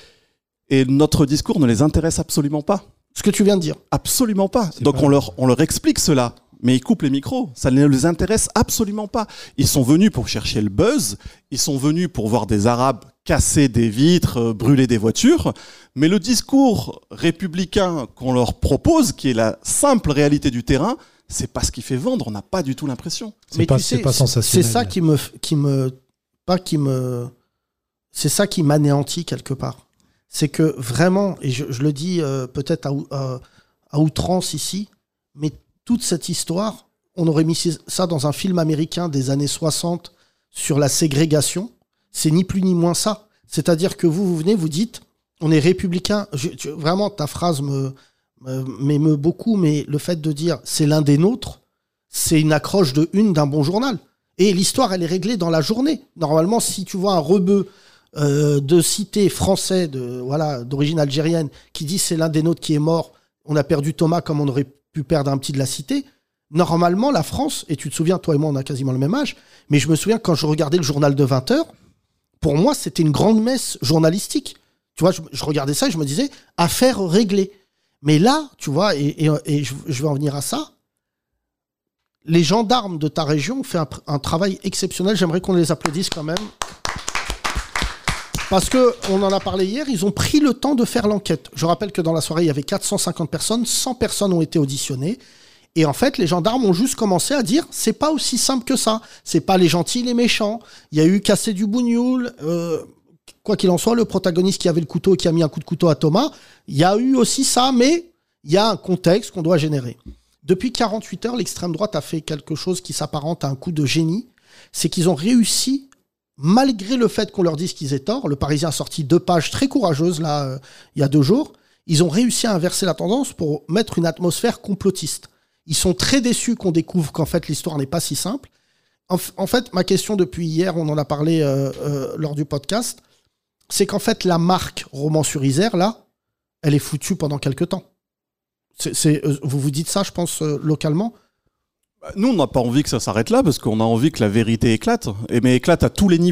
Et notre discours ne les intéresse absolument pas.
Ce que tu viens de dire.
Absolument pas.
C'est
Donc
pas...
on leur, on leur explique cela, mais ils coupent les micros. Ça ne les intéresse absolument pas. Ils sont venus pour chercher le buzz, ils sont venus pour voir des Arabes casser des vitres, brûler des voitures, mais le discours républicain qu'on leur propose, qui est la simple réalité du terrain, c'est pas ce qui fait vendre, on n'a pas du tout l'impression.
C'est
mais
pas,
tu sais,
c'est pas sensationnel.
C'est ça qui me, qui me, pas qui me, c'est ça qui m'anéantit quelque part. C'est que vraiment, et je, je le dis euh, peut-être à, à, à outrance ici, mais toute cette histoire, on aurait mis ça dans un film américain des années soixante sur la ségrégation. C'est ni plus ni moins ça. C'est-à-dire que vous, vous venez, vous dites, on est républicain. Je, je, vraiment, ta phrase me, me, m'émeut beaucoup, mais le fait de dire c'est l'un des nôtres, c'est une accroche de une d'un bon journal. Et l'histoire, elle est réglée dans la journée. Normalement, si tu vois un rebeu Euh, de cité français de, voilà, d'origine algérienne qui dit c'est l'un des nôtres qui est mort, on a perdu Thomas comme on aurait pu perdre un petit de la cité, normalement la France, et tu te souviens, toi et moi on a quasiment le même âge, mais je me souviens quand je regardais le journal de vingt heures, pour moi c'était une grande messe journalistique, tu vois, je, je regardais ça et je me disais affaire réglée. Mais là, tu vois, et, et, et je, je vais en venir à ça, les gendarmes de ta région ont fait un, un travail exceptionnel, j'aimerais qu'on les applaudisse quand même. Parce qu'on en a parlé hier, ils ont pris le temps de faire l'enquête. Je rappelle que dans la soirée, il y avait quatre cent cinquante personnes, cent personnes ont été auditionnées. Et en fait, les gendarmes ont juste commencé à dire, c'est pas aussi simple que ça. C'est pas les gentils, les méchants. Il y a eu casser du bougnoul. Euh, quoi qu'il en soit, le protagoniste qui avait le couteau et qui a mis un coup de couteau à Thomas, il y a eu aussi ça, mais il y a un contexte qu'on doit générer. Depuis quarante-huit heures, l'extrême droite a fait quelque chose qui s'apparente à un coup de génie. C'est qu'ils ont réussi, malgré le fait qu'on leur dise qu'ils aient tort, le Parisien a sorti deux pages très courageuses là, euh, il y a deux jours, ils ont réussi à inverser la tendance pour mettre une atmosphère complotiste. Ils sont très déçus qu'on découvre qu'en fait l'histoire n'est pas si simple. En, f- en fait, ma question depuis hier, on en a parlé euh, euh, lors du podcast, c'est qu'en fait la marque Romans-sur-Isère, là, elle est foutue pendant quelques temps. C'est, c'est, euh, vous vous dites ça, je pense, euh, localement.
Nous, on n'a pas envie que ça s'arrête là, parce qu'on a envie que la vérité éclate, et mais éclate à tous les niveaux.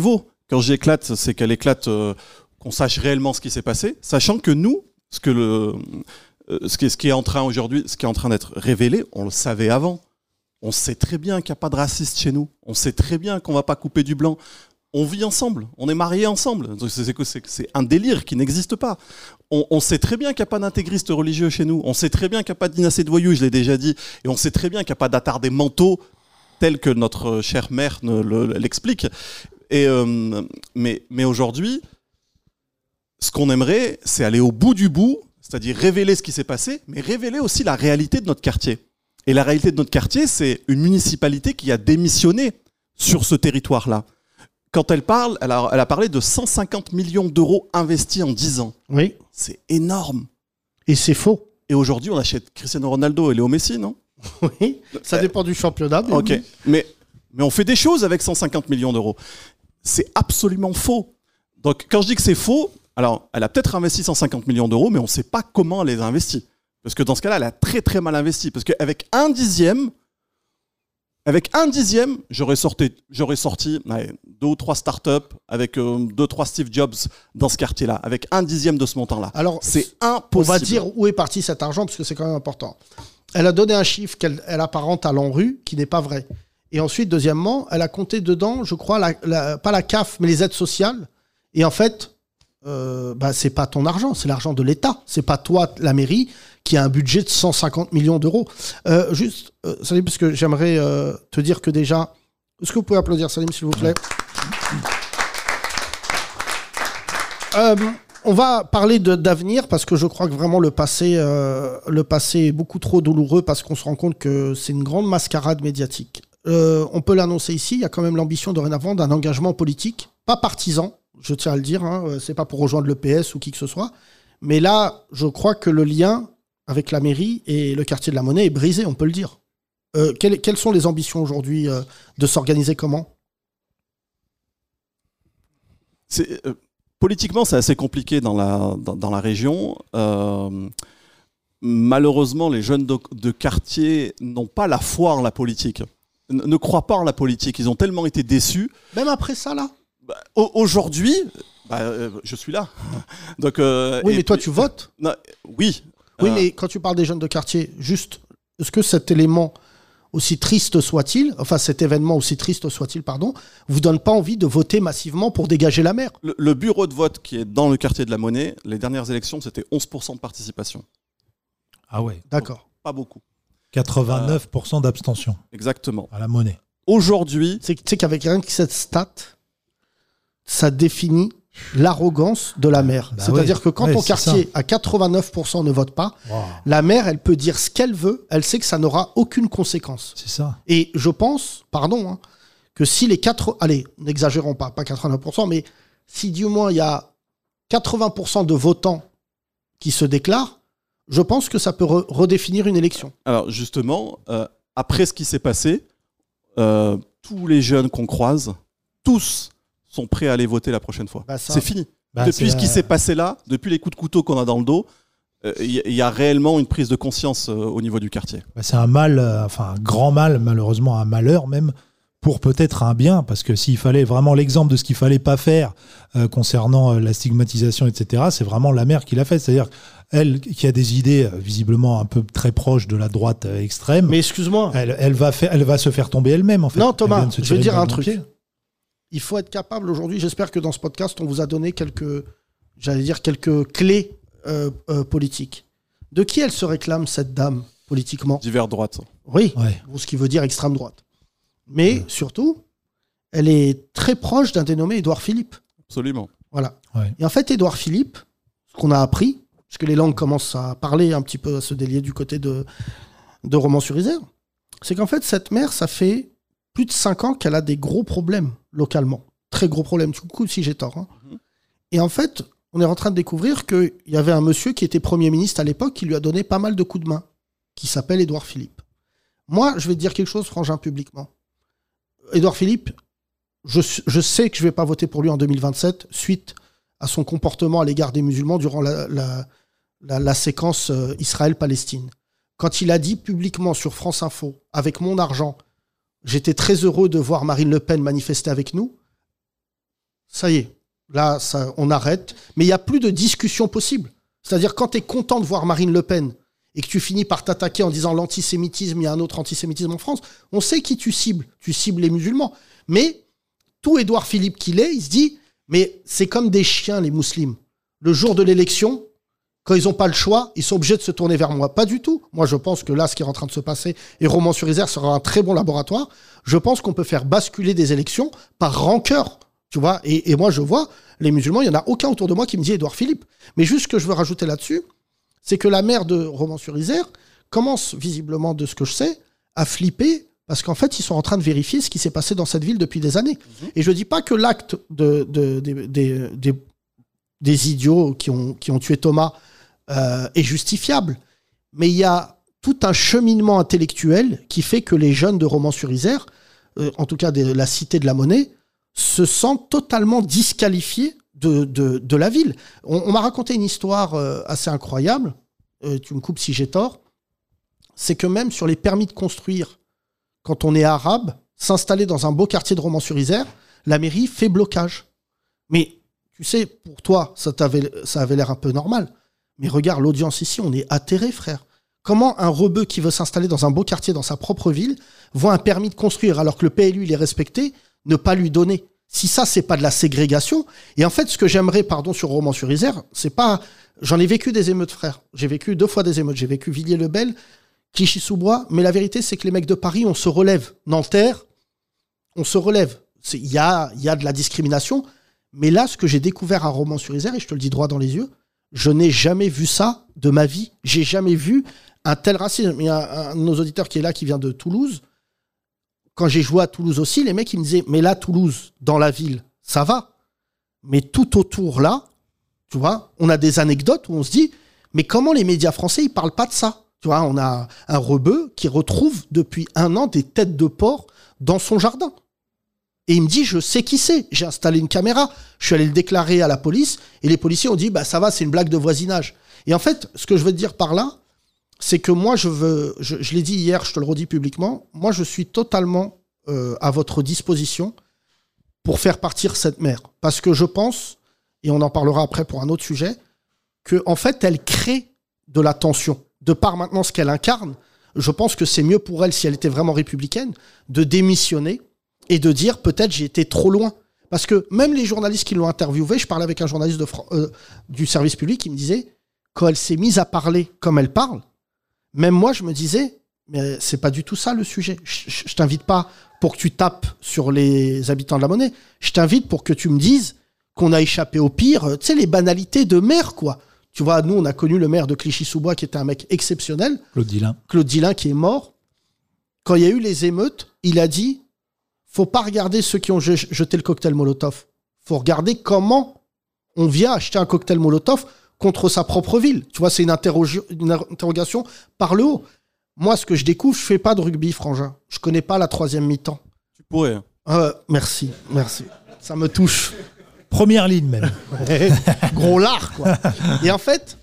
Quand j'éclate, c'est qu'elle éclate, euh, qu'on sache réellement ce qui s'est passé, sachant que nous, ce que le, euh, ce qui est, ce qui est en train aujourd'hui, ce qui est en train d'être révélé, on le savait avant. On sait très bien qu'il n'y a pas de racistes chez nous. On sait très bien qu'on ne va pas couper du blanc. On vit ensemble, on est mariés ensemble. C'est, c'est, c'est un délire qui n'existe pas. On, on sait très bien qu'il n'y a pas d'intégristes religieux chez nous. On sait très bien qu'il n'y a pas de dynastie de voyous, je l'ai déjà dit. Et on sait très bien qu'il n'y a pas d'attardés mentaux tels que notre chère mère ne le, l'explique. Et, euh, mais, mais aujourd'hui, ce qu'on aimerait, c'est aller au bout du bout, c'est-à-dire révéler ce qui s'est passé, mais révéler aussi la réalité de notre quartier. Et la réalité de notre quartier, c'est une municipalité qui a démissionné sur ce territoire-là. Quand elle parle, elle a, elle a parlé de cent cinquante millions d'euros investis en dix ans.
Oui.
C'est énorme.
Et c'est faux.
Et aujourd'hui, on achète Cristiano Ronaldo et Léo Messi, non ?
Oui, ça dépend du championnat. Mais
ok,
oui.
mais, mais on fait des choses avec cent cinquante millions d'euros. C'est absolument faux. Donc, quand je dis que c'est faux, alors, elle a peut-être investi cent cinquante millions d'euros, mais on ne sait pas comment elle les a investis. Parce que dans ce cas-là, elle a très très mal investi. Parce qu'avec un dixième, avec un dixième, j'aurais sorti, j'aurais sorti ouais, deux ou trois startups avec euh, deux, trois Steve Jobs dans ce quartier-là. Avec un dixième de ce montant-là. Alors, c'est impossible.
On va dire où est parti cet argent, parce que c'est quand même important. Elle a donné un chiffre qu'elle elle apparente à l'ANRU, qui n'est pas vrai. Et ensuite, deuxièmement, elle a compté dedans, je crois, la, la, pas la C A F, mais les aides sociales. Et en fait, euh, bah, c'est pas ton argent, c'est l'argent de l'État. C'est pas toi, la mairie, qui a un budget de cent cinquante millions d'euros. Euh, juste, euh, Salim, parce que j'aimerais euh, te dire que déjà... Est-ce que vous pouvez applaudir Salim, s'il vous plaît ? euh, On va parler de, d'avenir, parce que je crois que vraiment le passé, euh, le passé est beaucoup trop douloureux, parce qu'on se rend compte que c'est une grande mascarade médiatique. Euh, on peut l'annoncer ici, il y a quand même l'ambition dorénavant d'un engagement politique, pas partisan, je tiens à le dire, hein, c'est pas pour rejoindre le P S ou qui que ce soit, mais là, je crois que le lien avec la mairie et le quartier de la Monnaie est brisé, on peut le dire. Euh, quelles, quelles sont les ambitions aujourd'hui euh, de s'organiser comment ?
c'est, euh, Politiquement, c'est assez compliqué dans la, dans, dans la région. Euh, malheureusement, les jeunes de, de quartier n'ont pas la foi en la politique, N- ne croient pas en la politique. Ils ont tellement été déçus.
Même après ça, là ?
Bah, aujourd'hui, bah, euh, je suis là. Donc, euh,
oui, mais toi,
puis,
tu votes ?
non, Oui.
Oui,
euh,
mais quand tu parles des jeunes de quartier, juste, est-ce que cet élément, aussi triste soit-il, enfin cet événement aussi triste soit-il, pardon, vous donne pas envie de voter massivement pour dégager la maire ?
le, le bureau de vote qui est dans le quartier de la Monnaie, les dernières élections, c'était onze pour cent de participation.
Ah ouais.
D'accord.
Pas beaucoup.
quatre-vingt-neuf pour cent d'abstention.
Exactement.
À la Monnaie.
Aujourd'hui...
Tu sais qu'avec rien que cette stat, ça définit l'arrogance de la maire.
Bah
C'est-à-dire
ouais,
que quand
ouais,
ton
c'est
quartier
ça.
à quatre-vingt-neuf pour cent ne vote pas,
Wow.
la maire, elle peut dire ce qu'elle veut, elle sait que ça n'aura aucune conséquence.
C'est ça.
Et je pense, pardon, hein, que si les quatre... Allez, n'exagérons pas, pas quatre-vingt-neuf pour cent, mais si du moins il y a quatre-vingts pour cent de votants qui se déclarent, je pense que ça peut re- redéfinir une élection.
Alors justement, euh, après ce qui s'est passé, euh, tous les jeunes qu'on croise, tous sont prêts à aller voter la prochaine fois.
Bah, ça-
C'est fini.
Bah,
depuis
c'est
ce qui
la-
s'est passé là, depuis les coups de couteau qu'on a dans le dos, il euh, y, y a réellement une prise de conscience euh, au niveau du quartier.
Bah, c'est un mal, euh, enfin un grand mal, malheureusement un malheur même, pour peut-être un bien, parce que s'il fallait vraiment l'exemple de ce qu'il fallait pas faire euh, concernant euh, la stigmatisation, et cetera, c'est vraiment la mère qui l'a fait. C'est-à-dire elle qui a des idées euh, visiblement un peu très proches de la droite euh, extrême,
Mais excuse-moi,
elle, elle va faire, elle va se faire tomber elle-même en fait.
Non,
Elle
Thomas,
vient de se
je vais
tirer
dire
une balle
un
dans le
truc.
pied.
il faut être capable aujourd'hui, j'espère que dans ce podcast, on vous a donné quelques, j'allais dire, quelques clés euh, euh, politiques. De qui elle se réclame, cette dame, politiquement ?
Divers droite.
Oui,
Ouais.
ou ce qui veut dire extrême droite. Mais surtout, elle est très proche d'un dénommé Édouard Philippe.
Absolument.
Voilà.
Ouais.
Et en fait, Édouard Philippe, ce qu'on a appris, parce que les langues commencent à parler un petit peu, à se délier du côté de, de Romans-sur-Isère, c'est qu'en fait, cette mère, ça fait plus de cinq ans qu'elle a des gros problèmes localement. Très gros problèmes. Du coup, si j'ai tort. Hein.
Mhm.
Et en fait, on est en train de découvrir qu'il y avait un monsieur qui était Premier ministre à l'époque qui lui a donné pas mal de coups de main, qui s'appelle Édouard Philippe. Moi, je vais te dire quelque chose, Frangin, publiquement. Édouard Philippe, je, je sais que je ne vais pas voter pour lui en deux mille vingt-sept, suite à son comportement à l'égard des musulmans durant la, la, la, la séquence euh, Israël-Palestine. Quand il a dit publiquement sur France Info, avec mon argent, j'étais très heureux de voir Marine Le Pen manifester avec nous, ça y est, là, ça, on arrête. Mais il n'y a plus de discussion possible. C'est-à-dire, quand tu es content de voir Marine Le Pen et que tu finis par t'attaquer en disant l'antisémitisme, il y a un autre antisémitisme en France, on sait qui tu cibles. Tu cibles les musulmans. Mais tout Édouard Philippe qu'il est, il se dit, mais c'est comme des chiens, les musulmans. Le jour de l'élection, quand ils n'ont pas le choix, ils sont obligés de se tourner vers moi. Pas du tout. Moi, je pense que là, ce qui est en train de se passer, et Romans-sur-Isère sera un très bon laboratoire, je pense qu'on peut faire basculer des élections par rancœur. Tu vois, et, et moi, je vois, les musulmans, il n'y en a aucun autour de moi qui me dit Édouard Philippe. Mais juste ce que je veux rajouter là-dessus, c'est que la maire de Romans-sur-Isère commence, visiblement, de ce que je sais, à flipper, parce qu'en fait, ils sont en train de vérifier ce qui s'est passé dans cette ville depuis des années. Mmh. Et je ne dis pas que l'acte de, de, de, de, de, de, des idiots qui ont, qui ont tué Thomas euh, est justifiable. Mais il y a tout un cheminement intellectuel qui fait que les jeunes de Romans-sur-Isère, euh, en tout cas de la cité de la Monnaie, se sentent totalement disqualifiés de, de, de la ville. On, on m'a raconté une histoire euh, assez incroyable, euh, tu me coupes si j'ai tort, c'est que même sur les permis de construire, quand on est arabe, s'installer dans un beau quartier de Romans-sur-Isère, la mairie fait blocage. Mais tu sais, pour toi, ça, t'avait, ça avait l'air un peu normal. Mais regarde l'audience ici, on est atterré, frère. Comment un rebeu qui veut s'installer dans un beau quartier, dans sa propre ville, voit un permis de construire alors que le P L U, il est respecté, ne pas lui donner? Si ça, c'est pas de la ségrégation. Et en fait, ce que j'aimerais, pardon, sur Romans-sur-Isère, c'est pas... J'en ai vécu des émeutes, frère. J'ai vécu deux fois des émeutes. J'ai vécu Villiers-le-Bel, Clichy-sous-Bois, mais la vérité, c'est que les mecs de Paris, on se relève. Nanterre, on se relève. Il y a, y a de la discrimination, mais là, ce que j'ai découvert à Romans-sur-Isère, et je te le dis droit dans les yeux, je n'ai jamais vu ça de ma vie. J'ai jamais vu un tel racisme. Il y a un de nos auditeurs qui est là, qui vient de Toulouse. Quand j'ai joué à Toulouse aussi, les mecs, ils me disaient, mais là, Toulouse, dans la ville, ça va. Mais tout autour, là, tu vois, on a des anecdotes où on se dit, mais comment les médias français, ils parlent pas de ça? Tu vois, on a un rebeu qui retrouve depuis un an des têtes de porc dans son jardin. Et il me dit, je sais qui c'est. J'ai installé une caméra. Je suis allé le déclarer à la police. Et les policiers ont dit, bah ça va, c'est une blague de voisinage. Et en fait, ce que je veux te dire par là, c'est que moi, je veux, je, je l'ai dit hier, je te le redis publiquement, moi, je suis totalement euh, à votre disposition pour faire partir cette mère. Parce que je pense, et on en parlera après pour un autre sujet, qu'en en fait, elle crée de la tension. De par maintenant ce qu'elle incarne, je pense que c'est mieux pour elle, si elle était vraiment républicaine, de démissionner et de dire, peut-être j'ai été trop loin. Parce que même les journalistes qui l'ont interviewée, je parlais avec un journaliste de Fran- euh, du service public, qui me disait, quand elle s'est mise à parler comme elle parle, même moi, je me disais, mais c'est pas du tout ça le sujet. Je, je, je t'invite pas pour que tu tapes sur les habitants de la Monnaie. Je t'invite pour que tu me dises qu'on a échappé au pire. Tu sais, les banalités de maire, quoi. Tu vois, nous, on a connu le maire de Clichy-sous-Bois qui était un mec exceptionnel.
Claude Dillin.
Claude Dillin qui est mort. Quand il y a eu les émeutes, il a dit, faut pas regarder ceux qui ont jeté le cocktail Molotov. Faut regarder comment on vient acheter un cocktail Molotov contre sa propre ville. Tu vois, c'est une, interrogi- une interrogation par le haut. Moi, ce que je découvre, je fais pas de rugby, frangin. Je connais pas la troisième mi-temps.
Tu pourrais.
Euh, merci, merci. Ça me touche.
Première ligne, même.
Gros lard, quoi. Et en fait,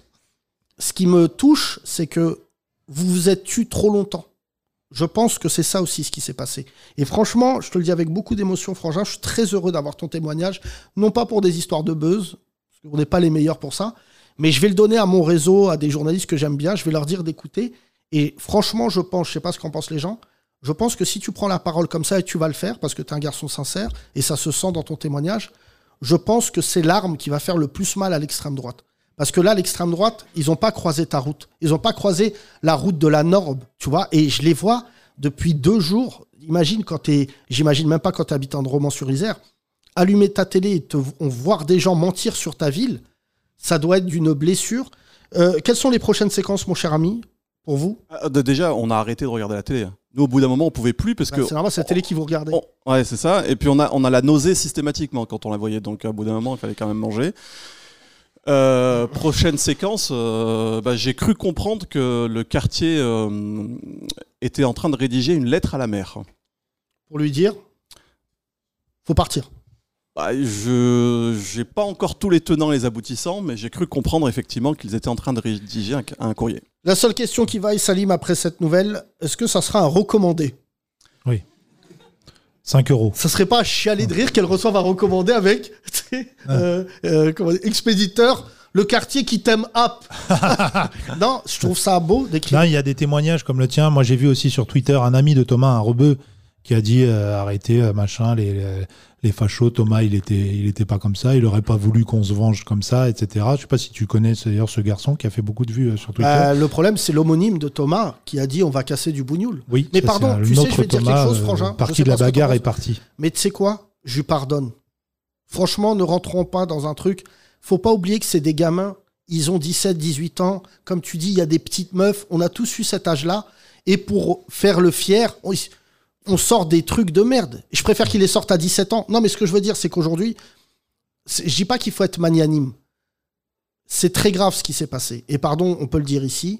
ce qui me touche, c'est que vous vous êtes tu trop longtemps. Je pense que c'est ça aussi ce qui s'est passé. Et franchement, je te le dis avec beaucoup d'émotion, frangin, je suis très heureux d'avoir ton témoignage. Non pas pour des histoires de buzz, parce qu'on n'est pas les meilleurs pour ça, mais je vais le donner à mon réseau, à des journalistes que j'aime bien, je vais leur dire d'écouter. Et franchement, je pense, je sais pas ce qu'en pensent les gens, je pense que si tu prends la parole comme ça et tu vas le faire, parce que tu es un garçon sincère, et ça se sent dans ton témoignage, je pense que c'est l'arme qui va faire le plus mal à l'extrême droite. Parce que là, l'extrême droite, ils n'ont pas croisé ta route. Ils n'ont pas croisé la route de la Norbe, tu vois. Et je les vois depuis deux jours. Imagine quand t'es, j'imagine même pas quand tu es habitant de Romans-sur-Isère, allumer ta télé et te, on voir des gens mentir sur ta ville, ça doit être d'une blessure. Euh, quelles sont les prochaines séquences, mon cher ami, pour vous?
euh, Déjà, on a arrêté de regarder la télé. Nous, au bout d'un moment, on pouvait plus parce
bah,
que...
C'est normal, c'est la télé qui vous regardait.
On, ouais, c'est ça. Et puis, on a, on a la nausée systématiquement quand on la voyait. Donc, au bout d'un moment, il fallait quand même manger. Euh, prochaine séquence, euh, bah, j'ai cru comprendre que le quartier euh, était en train de rédiger une lettre à la maire.
Pour lui dire, faut partir.
Bah, je n'ai pas encore tous les tenants et les aboutissants, mais j'ai cru comprendre effectivement qu'ils étaient en train de rédiger un, un courrier.
La seule question qui vaille, Salim, après cette nouvelle, est-ce que ça sera un recommandé?
Oui. cinq euros.
Ça serait pas à chialer de rire qu'elle reçoive un recommandé avec marqué euh, euh, comment dire, expéditeur, le quartier qui t'aime up. Non, je trouve ça beau d'écrire.
Là, il y a des témoignages comme le tien. Moi, j'ai vu aussi sur Twitter un ami de Thomas, un rebeu, qui a dit euh, arrêtez, euh, machin, les, les, les fachos. Thomas, il était, il était pas comme ça. Il aurait pas voulu qu'on se venge comme ça, et cetera. Je sais pas si tu connais d'ailleurs ce garçon qui a fait beaucoup de vues euh, sur Twitter.
Euh, le problème, c'est l'homonyme de Thomas qui a dit on va casser du bougnoul.
Oui.
Mais
ça,
pardon, tu sais, je vais te dire quelque chose, Frangin.
Parti de la bagarre est parti.
Mais tu sais quoi ? Je lui pardonne. Franchement, ne rentrons pas dans un truc. Faut pas oublier que c'est des gamins. Ils ont dix-sept, dix-huit ans. Comme tu dis, il y a des petites meufs. On a tous eu cet âge-là. Et pour faire le fier, on, on sort des trucs de merde. Je préfère qu'ils les sortent à dix-sept ans. Non, mais ce que je veux dire, c'est qu'aujourd'hui, c'est, je dis pas qu'il faut être magnanime. C'est très grave ce qui s'est passé. Et pardon, on peut le dire ici.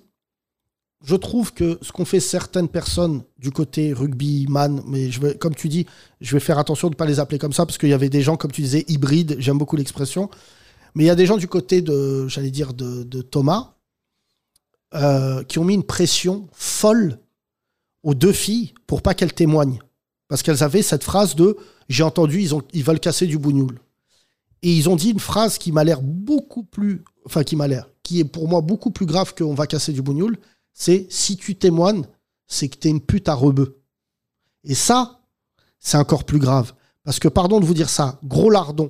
Je trouve que ce qu'ont fait certaines personnes du côté rugbyman, mais je vais, comme tu dis, je vais faire attention de ne pas les appeler comme ça, parce qu'il y avait des gens, comme tu disais, hybrides. J'aime beaucoup l'expression. Mais il y a des gens du côté de, j'allais dire, de, de Thomas, euh, qui ont mis une pression folle aux deux filles pour pas qu'elles témoignent. Parce qu'elles avaient cette phrase de « j'ai entendu, ils, ont, ils veulent casser du bougnoul ». Et ils ont dit une phrase qui m'a l'air beaucoup plus... Enfin, qui m'a l'air... qui est pour moi beaucoup plus grave qu'on va casser du bougnoul, c'est « si tu témoignes, c'est que t'es une pute à rebeu ». Et ça, c'est encore plus grave. Parce que, pardon de vous dire ça, gros lardon,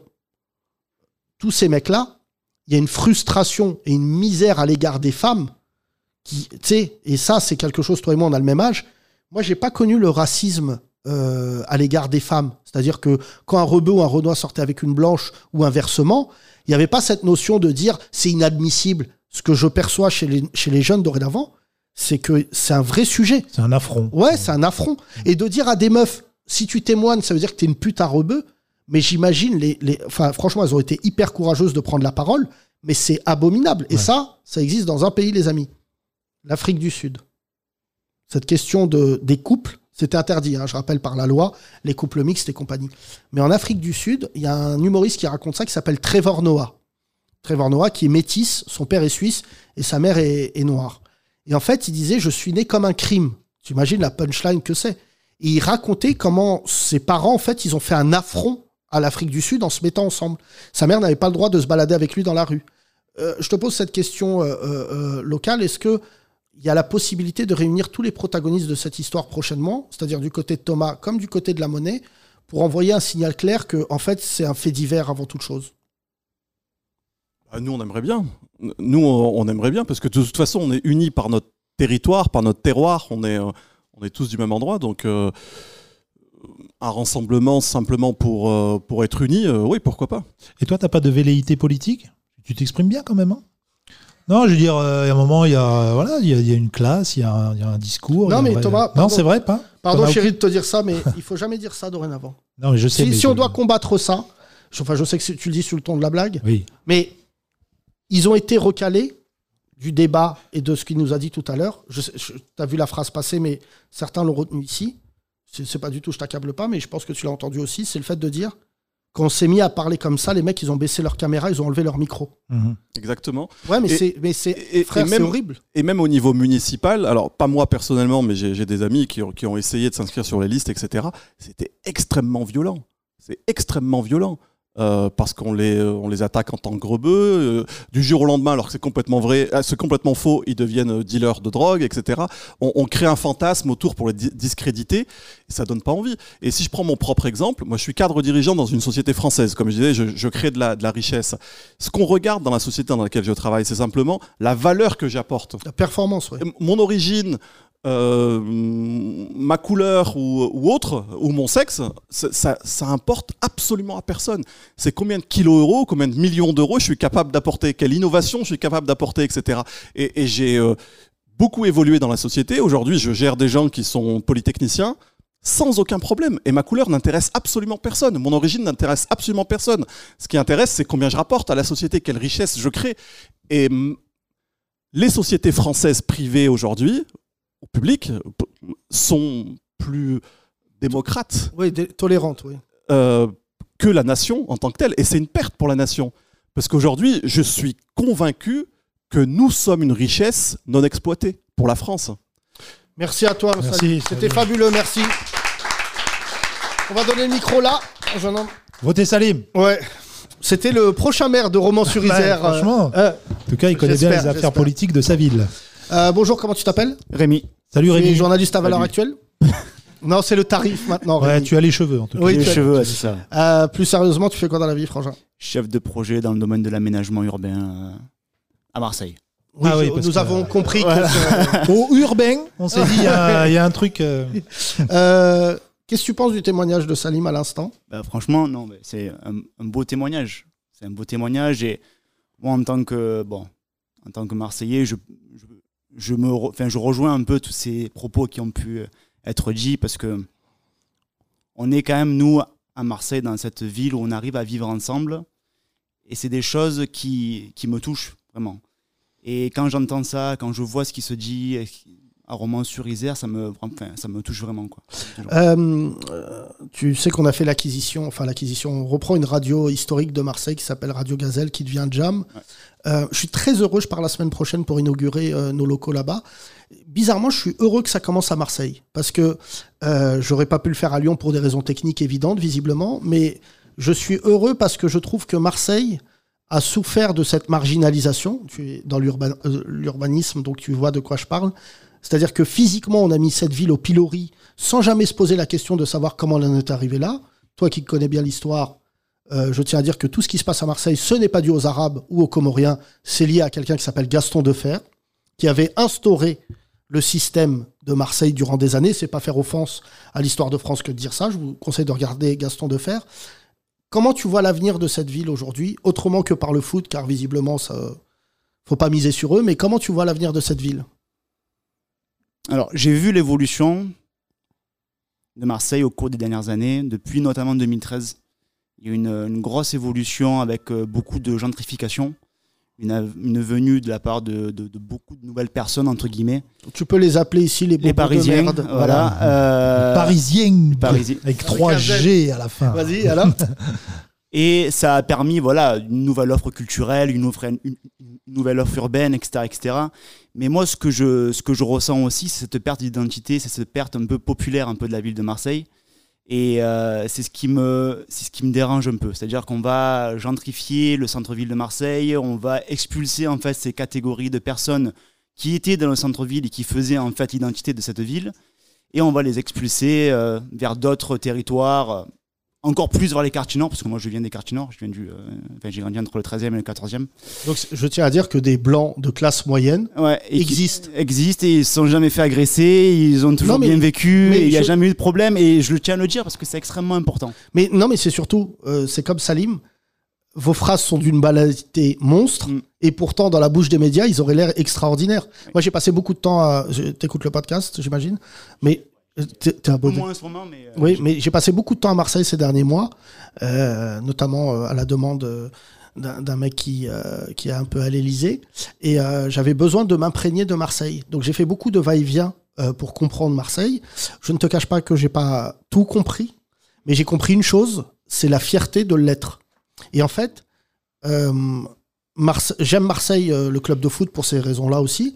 tous ces mecs-là, il y a une frustration et une misère à l'égard des femmes qui, tu sais, et ça, c'est quelque chose, toi et moi, on a le même âge. Moi, j'ai pas connu le racisme euh, à l'égard des femmes. C'est-à-dire que quand un rebeu ou un renois sortait avec une blanche ou inversement, il n'y avait pas cette notion de dire c'est inadmissible. Ce que je perçois chez les, chez les jeunes dorénavant, c'est que c'est un vrai sujet.
C'est un affront.
Ouais, c'est un affront. Et de dire à des meufs, si tu témoignes, ça veut dire que t'es une pute à rebeu. Mais j'imagine, les, les, enfin, franchement, elles ont été hyper courageuses de prendre la parole, mais c'est abominable. Et ouais. ça, ça existe dans un pays, les amis. L'Afrique du Sud. Cette question de, des couples, c'était interdit, hein, je rappelle, par la loi, les couples mixtes et compagnie. Mais en Afrique du Sud, il y a un humoriste qui raconte ça qui s'appelle Trevor Noah. Trevor Noah, qui est métisse, son père est suisse et sa mère est, est noire. Et en fait, il disait « je suis né comme un crime ». Tu imagines la punchline que c'est. Et il racontait comment ses parents, en fait, ils ont fait un affront à l'Afrique du Sud en se mettant ensemble. Sa mère n'avait pas le droit de se balader avec lui dans la rue. Euh, je te pose cette question euh, euh, locale. Est-ce qu'il y a la possibilité de réunir tous les protagonistes de cette histoire prochainement, c'est-à-dire du côté de Thomas comme du côté de la monnaie, pour envoyer un signal clair que, en fait, c'est un fait divers avant toute chose?
Nous, on aimerait bien. Nous, on aimerait bien, parce que de toute façon, on est unis par notre territoire, par notre terroir. On est, on est tous du même endroit, donc... Euh... un rassemblement simplement pour, euh, pour être unis, euh, oui, pourquoi pas.
Et toi, t'as pas de velléité politique? Tu t'exprimes bien quand même, hein? Non, je veux dire, euh, il y a un moment, il y a, voilà, il y a, il y a une classe, il y a un, il y a un discours.
Non, mais
vrai...
Thomas...
Non, c'est vrai, pas
Pardon,
Thomas,
chérie, de te dire ça, mais il faut jamais dire ça dorénavant.
Non, mais je sais.
Si,
mais
si
je...
on doit combattre ça, je, enfin, je sais que tu le dis sous le ton de la blague,
oui.
Mais ils ont été recalés du débat et de ce qu'il nous a dit tout à l'heure. Tu as vu la phrase passer, mais certains l'ont retenu ici. C'est pas du tout, je t'accable pas, mais je pense que tu l'as entendu aussi, c'est le fait de dire, quand on s'est mis à parler comme ça, les mecs, ils ont baissé leur caméra, ils ont enlevé leur micro.
Mmh. Exactement.
Ouais, mais c'est, mais c'est, et, frère, et même, c'est horrible.
Et même au niveau municipal, alors pas moi personnellement, mais j'ai, j'ai des amis qui ont, qui ont essayé de s'inscrire sur les listes, et cetera. C'était extrêmement violent. C'est extrêmement violent. Euh, parce qu'on les, on les attaque en tant que grebeux, euh, du jour au lendemain, alors que c'est complètement vrai, euh, c'est complètement faux, ils deviennent dealers de drogue, et cetera. On, on crée un fantasme autour pour les di- discréditer, et ça donne pas envie. Et si je prends mon propre exemple, moi je suis cadre dirigeant dans une société française, comme je disais, je, je crée de la, de la richesse. Ce qu'on regarde dans la société dans laquelle je travaille, c'est simplement la valeur que j'apporte.
La performance, oui.
Mon origine... Euh, ma couleur ou, ou autre, ou mon sexe, ça, ça, ça importe absolument à personne. C'est combien de kilos euros, combien de millions d'euros je suis capable d'apporter, quelle innovation je suis capable d'apporter, et cetera. Et, et j'ai euh, beaucoup évolué dans la société. Aujourd'hui, je gère des gens qui sont polytechniciens sans aucun problème. Et ma couleur n'intéresse absolument personne. Mon origine n'intéresse absolument personne. Ce qui intéresse, c'est combien je rapporte à la société, quelle richesse je crée. Et m- les sociétés françaises privées aujourd'hui, au public, sont plus démocrates.
Oui, dé- tolérantes, oui.
Euh, que la nation en tant que telle. Et c'est une perte pour la nation. Parce qu'aujourd'hui, je suis convaincu que nous sommes une richesse non exploitée pour la France.
Merci à toi,
merci,
Salim. C'était
salut.
fabuleux, merci. On va donner le micro là, jeune homme.
Votez Salim.
Ouais. C'était le prochain maire de Romans-sur-Isère.
Bah, franchement,
euh,
en tout cas, il connaît bien les affaires
j'espère.
politiques de sa ville.
Euh, bonjour, comment tu t'appelles?
Rémi.
Salut
Tu es
Rémi.
journaliste à valeur actuelle? Non, c'est le tarif maintenant.
Ouais,
Rémi.
tu as les cheveux en tout cas.
Oui,
Les
tu as-
cheveux, ouais, c'est ça.
Euh, plus sérieusement, tu fais quoi dans la vie, Frangin?
Chef de projet dans le domaine de l'aménagement urbain euh, à Marseille.
Oui,
Ah oui,
je-
parce
nous
que-
avons compris
Voilà.
que...
Au urbain, on s'est dit, il y, a il y a un truc. euh,
Euh, Qu'est-ce que tu penses du témoignage de Salim à l'instant?
Bah, franchement, non, mais c'est un, un beau témoignage. C'est un beau témoignage et moi, en tant que, bon, en tant que Marseillais, je, je, je, me re- enfin, je rejoins un peu tous ces propos qui ont pu être dits parce que on est quand même, nous, à Marseille, dans cette ville où on arrive à vivre ensemble et c'est des choses qui, qui me touchent vraiment. Et quand j'entends ça, quand je vois ce qui se dit à Romans-sur-Isère, ça me, enfin, ça me touche vraiment, quoi.
Euh, euh, tu sais qu'on a fait l'acquisition, enfin l'acquisition, on reprend une radio historique de Marseille qui s'appelle Radio Gazelle, qui devient Jam.
Ouais.
Euh, je suis très heureux, je pars la semaine prochaine pour inaugurer euh, nos locaux là-bas. Bizarrement, je suis heureux que ça commence à Marseille, parce que euh, j'aurais pas pu le faire à Lyon pour des raisons techniques évidentes, visiblement, mais je suis heureux parce que je trouve que Marseille a souffert de cette marginalisation. Tu es dans l'urban- euh, l'urbanisme, donc tu vois de quoi je parle. C'est-à-dire que physiquement, on a mis cette ville au pilori sans jamais se poser la question de savoir comment elle en est arrivée là. Toi qui connais bien l'histoire, euh, je tiens à dire que tout ce qui se passe à Marseille, ce n'est pas dû aux Arabes ou aux Comoriens, c'est lié à quelqu'un qui s'appelle Gaston Defferre, qui avait instauré le système de Marseille durant des années. C'est pas faire offense à l'histoire de France que de dire ça. Je vous conseille de regarder Gaston Defferre. Comment tu vois l'avenir de cette ville aujourd'hui, autrement que par le foot, car visiblement, ça, faut pas miser sur eux, mais comment tu vois l'avenir de cette ville?
Alors, j'ai vu l'évolution de Marseille au cours des dernières années, depuis notamment deux mille treize. Il y a eu une, une grosse évolution avec euh, beaucoup de gentrification, une, une venue de la part de, de, de beaucoup de nouvelles personnes, entre guillemets.
Tu peux les appeler ici les,
Les
bobos de
Parisiens,
merde.
voilà. Euh,
Parisien,
Parisien.
avec trois G à la fin.
Vas-y, alors.
Et ça a permis, voilà, une nouvelle offre culturelle, une, offre, une, une nouvelle offre urbaine, et cetera, et cetera. Mais moi, ce que je, ce que je ressens aussi, c'est cette perte d'identité, c'est cette perte un peu populaire un peu de la ville de Marseille. Et euh, c'est ce qui me, c'est ce qui me dérange un peu. C'est-à-dire qu'on va gentrifier le centre-ville de Marseille, on va expulser en fait ces catégories de personnes qui étaient dans le centre-ville et qui faisaient en fait l'identité de cette ville, et on va les expulser euh, vers d'autres territoires. Euh, Encore plus vers les quartiers nord, parce que moi je viens des quartiers nord, je viens du, euh, enfin, j'ai grandi entre le treizième et le quatorzième.
Donc je tiens à dire que des blancs de classe moyenne
Ouais, et
existent.
qui- Existent et ils ne se sont jamais fait agresser, ils ont toujours
Non, mais-
bien vécu,
mais
et il n'y a
je-
jamais eu de problème, et je le tiens à le dire parce que c'est extrêmement important.
Mais non, mais c'est surtout, euh, c'est comme Salim, vos phrases sont d'une banalité monstre,
Mm.
et pourtant dans la bouche des médias, ils auraient l'air extraordinaires. Moi j'ai passé beaucoup de temps à... je- T'écoutes le podcast, j'imagine, mais euh, t'es t'es un
Au
abonné.
moins en ce moment, mais... euh,
Oui, mais j'ai passé beaucoup de temps à Marseille ces derniers mois, euh, notamment euh, à la demande euh, d'un d'un mec qui, euh, qui est un peu à l'Élysée. Et euh, j'avais besoin de m'imprégner de Marseille. Donc j'ai fait beaucoup de va-et-vient euh, pour comprendre Marseille. Je ne te cache pas que j'ai pas tout compris, mais j'ai compris une chose, c'est la fierté de l'être. Et en fait, euh, Marse- j'aime Marseille, euh, le club de foot, pour ces raisons-là aussi.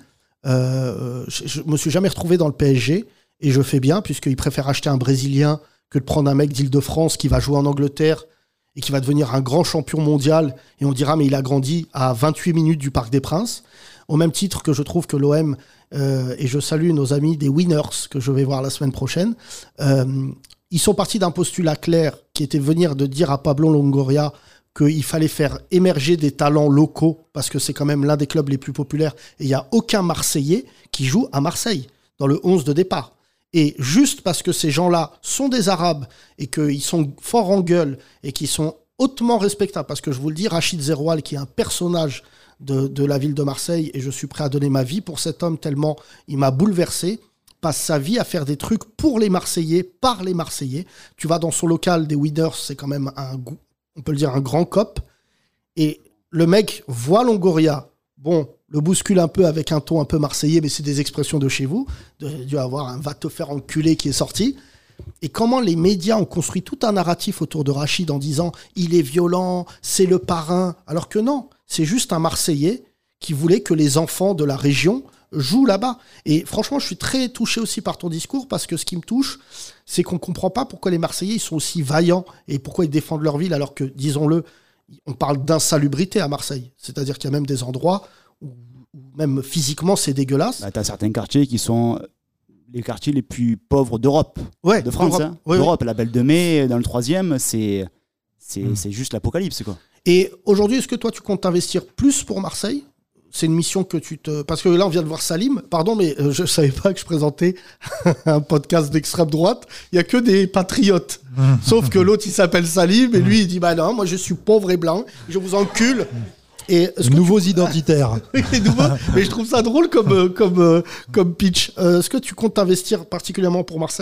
Euh, je, je me suis jamais retrouvé dans le P S G. Et je fais bien, puisqu'ils préfèrent acheter un Brésilien que de prendre un mec d'Île-de-France qui va jouer en Angleterre et qui va devenir un grand champion mondial. Et on dira, mais il a grandi à vingt-huit minutes du Parc des Princes. Au même titre que je trouve que l'O M, euh, et je salue nos amis des Winners, que je vais voir la semaine prochaine, euh, ils sont partis d'un postulat clair qui était venir de dire à Pablo Longoria qu'il fallait faire émerger des talents locaux, parce que c'est quand même l'un des clubs les plus populaires. Et il n'y a aucun Marseillais qui joue à Marseille, dans le onze de départ. Et juste parce que ces gens-là sont des Arabes et qu'ils sont forts en gueule et qu'ils sont hautement respectables, parce que je vous le dis, Rachid Zeroual, qui est un personnage de, de la ville de Marseille, et je suis prêt à donner ma vie pour cet homme tellement il m'a bouleversé, passe sa vie à faire des trucs pour les Marseillais, par les Marseillais. Tu vas dans son local des Winners, c'est quand même un, on peut le dire, un grand cop. Et le mec voit Longoria, bon, le bouscule un peu avec un ton un peu marseillais, mais c'est des expressions de chez vous. Il a dû avoir un va te faire enculer qui est sorti. Et comment les médias ont construit tout un narratif autour de Rachid en disant il est violent, c'est le parrain. Alors que non, c'est juste un Marseillais qui voulait que les enfants de la région jouent là-bas. Et franchement, je suis très touché aussi par ton discours, parce que ce qui me touche, c'est qu'on ne comprend pas pourquoi les Marseillais ils sont aussi vaillants et pourquoi ils défendent leur ville, alors que, disons-le, on parle d'insalubrité à Marseille. C'est-à-dire qu'il y a même des endroits où, où même physiquement, c'est dégueulasse.
Bah, tu as certains quartiers qui sont les quartiers les plus pauvres d'Europe,
ouais,
de France.
d'Europe.
Hein.
Ouais,
D'Europe,
ouais.
la Belle de Mai, dans le troisième, c'est, c'est,
Mm.
c'est juste l'apocalypse, quoi.
Et aujourd'hui, est-ce que toi, tu comptes t'investir plus pour Marseille ? C'est une mission que tu te... Parce que là, on vient de voir Salim. Pardon, mais euh, je ne savais pas que je présentais un podcast d'extrême droite. Il n'y a que des patriotes. Sauf que l'autre, il s'appelle Salim. Et lui, il dit, bah non, moi, je suis pauvre et blanc. Je vous encule. Et est-ce que
Nouveaux
tu-
identitaires.
Oui, les nouveaux. Mais je trouve ça drôle comme, euh, comme, euh, comme pitch. Euh, est-ce que tu comptes t'investir particulièrement pour Marseille ?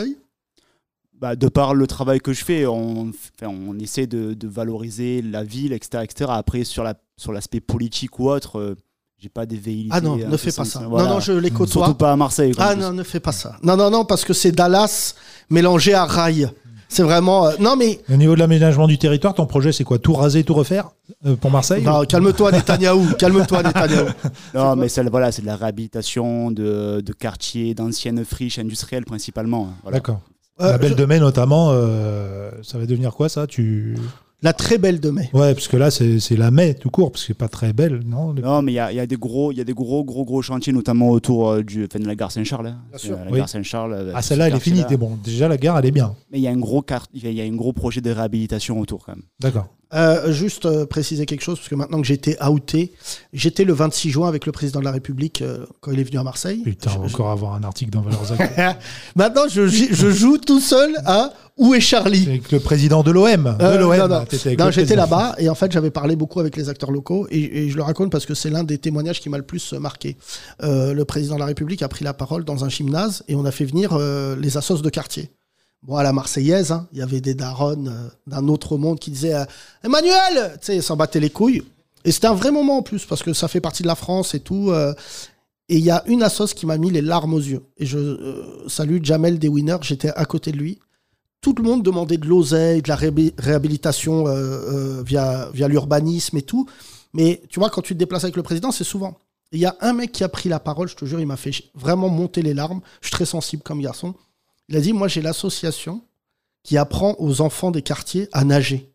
Bah, de par le travail que je fais, on, enfin, on essaie de, de valoriser la ville, et cetera, et cetera. Après, sur, la, sur l'aspect politique ou autre, euh, j'ai pas des velléités.
Ah non, ne
incessantes.
fais pas ça.
Voilà.
Non, non, je les côtoie.
Surtout pas à Marseille. quoi, en
Ah
plus.
non, ne fais pas ça. Non, non, non, parce que c'est Dallas mélangé à Rail. C'est vraiment... euh, Non, mais...
Au niveau de l'aménagement du territoire, ton projet, c'est quoi? Tout raser, tout refaire euh, pour Marseille?
Non, calme-toi, Netanyahou. Calme-toi, Netanyahou.
Non, mais c'est, voilà, c'est de la réhabilitation de, de quartiers, d'anciennes friches industrielles principalement. hein, Voilà.
D'accord.
Euh,
La Belle
je-
de Mai, notamment, euh, ça va devenir quoi, ça? Tu...
La très belle de mai.
Ouais, parce que là, c'est, c'est la Mai, tout court, parce que c'est pas très belle, non? Les-
Non, mais il y a, il y a des gros, il y a des gros, gros, gros chantiers, notamment autour euh, du, enfin, de la gare Saint-Charles. hein.
Bien sûr.
Euh, La
Oui.
gare Saint-Charles. euh,
Ah, celle-là,
ce
elle est finie.
quartier-là.
T'es bon. Déjà, la gare, elle est bien.
Mais il y a un gros quart- il y a un gros projet de réhabilitation autour quand même.
D'accord.
Euh, juste euh, préciser quelque chose, parce que maintenant que j'ai été outé, j'étais le vingt-six juin avec le président de la République euh, quand il est venu à Marseille.
Putain, on va
Je-
encore avoir un article dans Valeurs Actuelles.
Maintenant, je, je joue tout seul à Où est Charlie ?
Avec le président de l'O M. De
Euh,
l'O M.
non, non.
T'étais avec
Non,
le
j'étais
président.
là-bas et en fait j'avais parlé beaucoup avec les acteurs locaux et, et je le raconte parce que c'est l'un des témoignages qui m'a le plus marqué. Euh, le président de la République a pris la parole dans un gymnase et on a fait venir euh, les assos de quartier. Bon, à la Marseillaise, hein, il y avait des darons euh, d'un autre monde qui disaient euh, Emmanuel, tu sais, ils s'en battaient les couilles. Et c'était un vrai moment en plus parce que ça fait partie de la France et tout. euh, et il y a une assos qui m'a mis les larmes aux yeux. Et je euh, salue Jamel Dewiner, j'étais à côté de lui. Tout le monde demandait de l'oseille, de la réhabi- réhabilitation euh, euh, via, via l'urbanisme et tout. Mais tu vois, quand tu te déplaces avec le président, c'est souvent. Il y a un mec qui a pris la parole, je te jure, il m'a fait vraiment monter les larmes. Je suis très sensible comme garçon. Il a dit, moi j'ai l'association qui apprend aux enfants des quartiers à nager.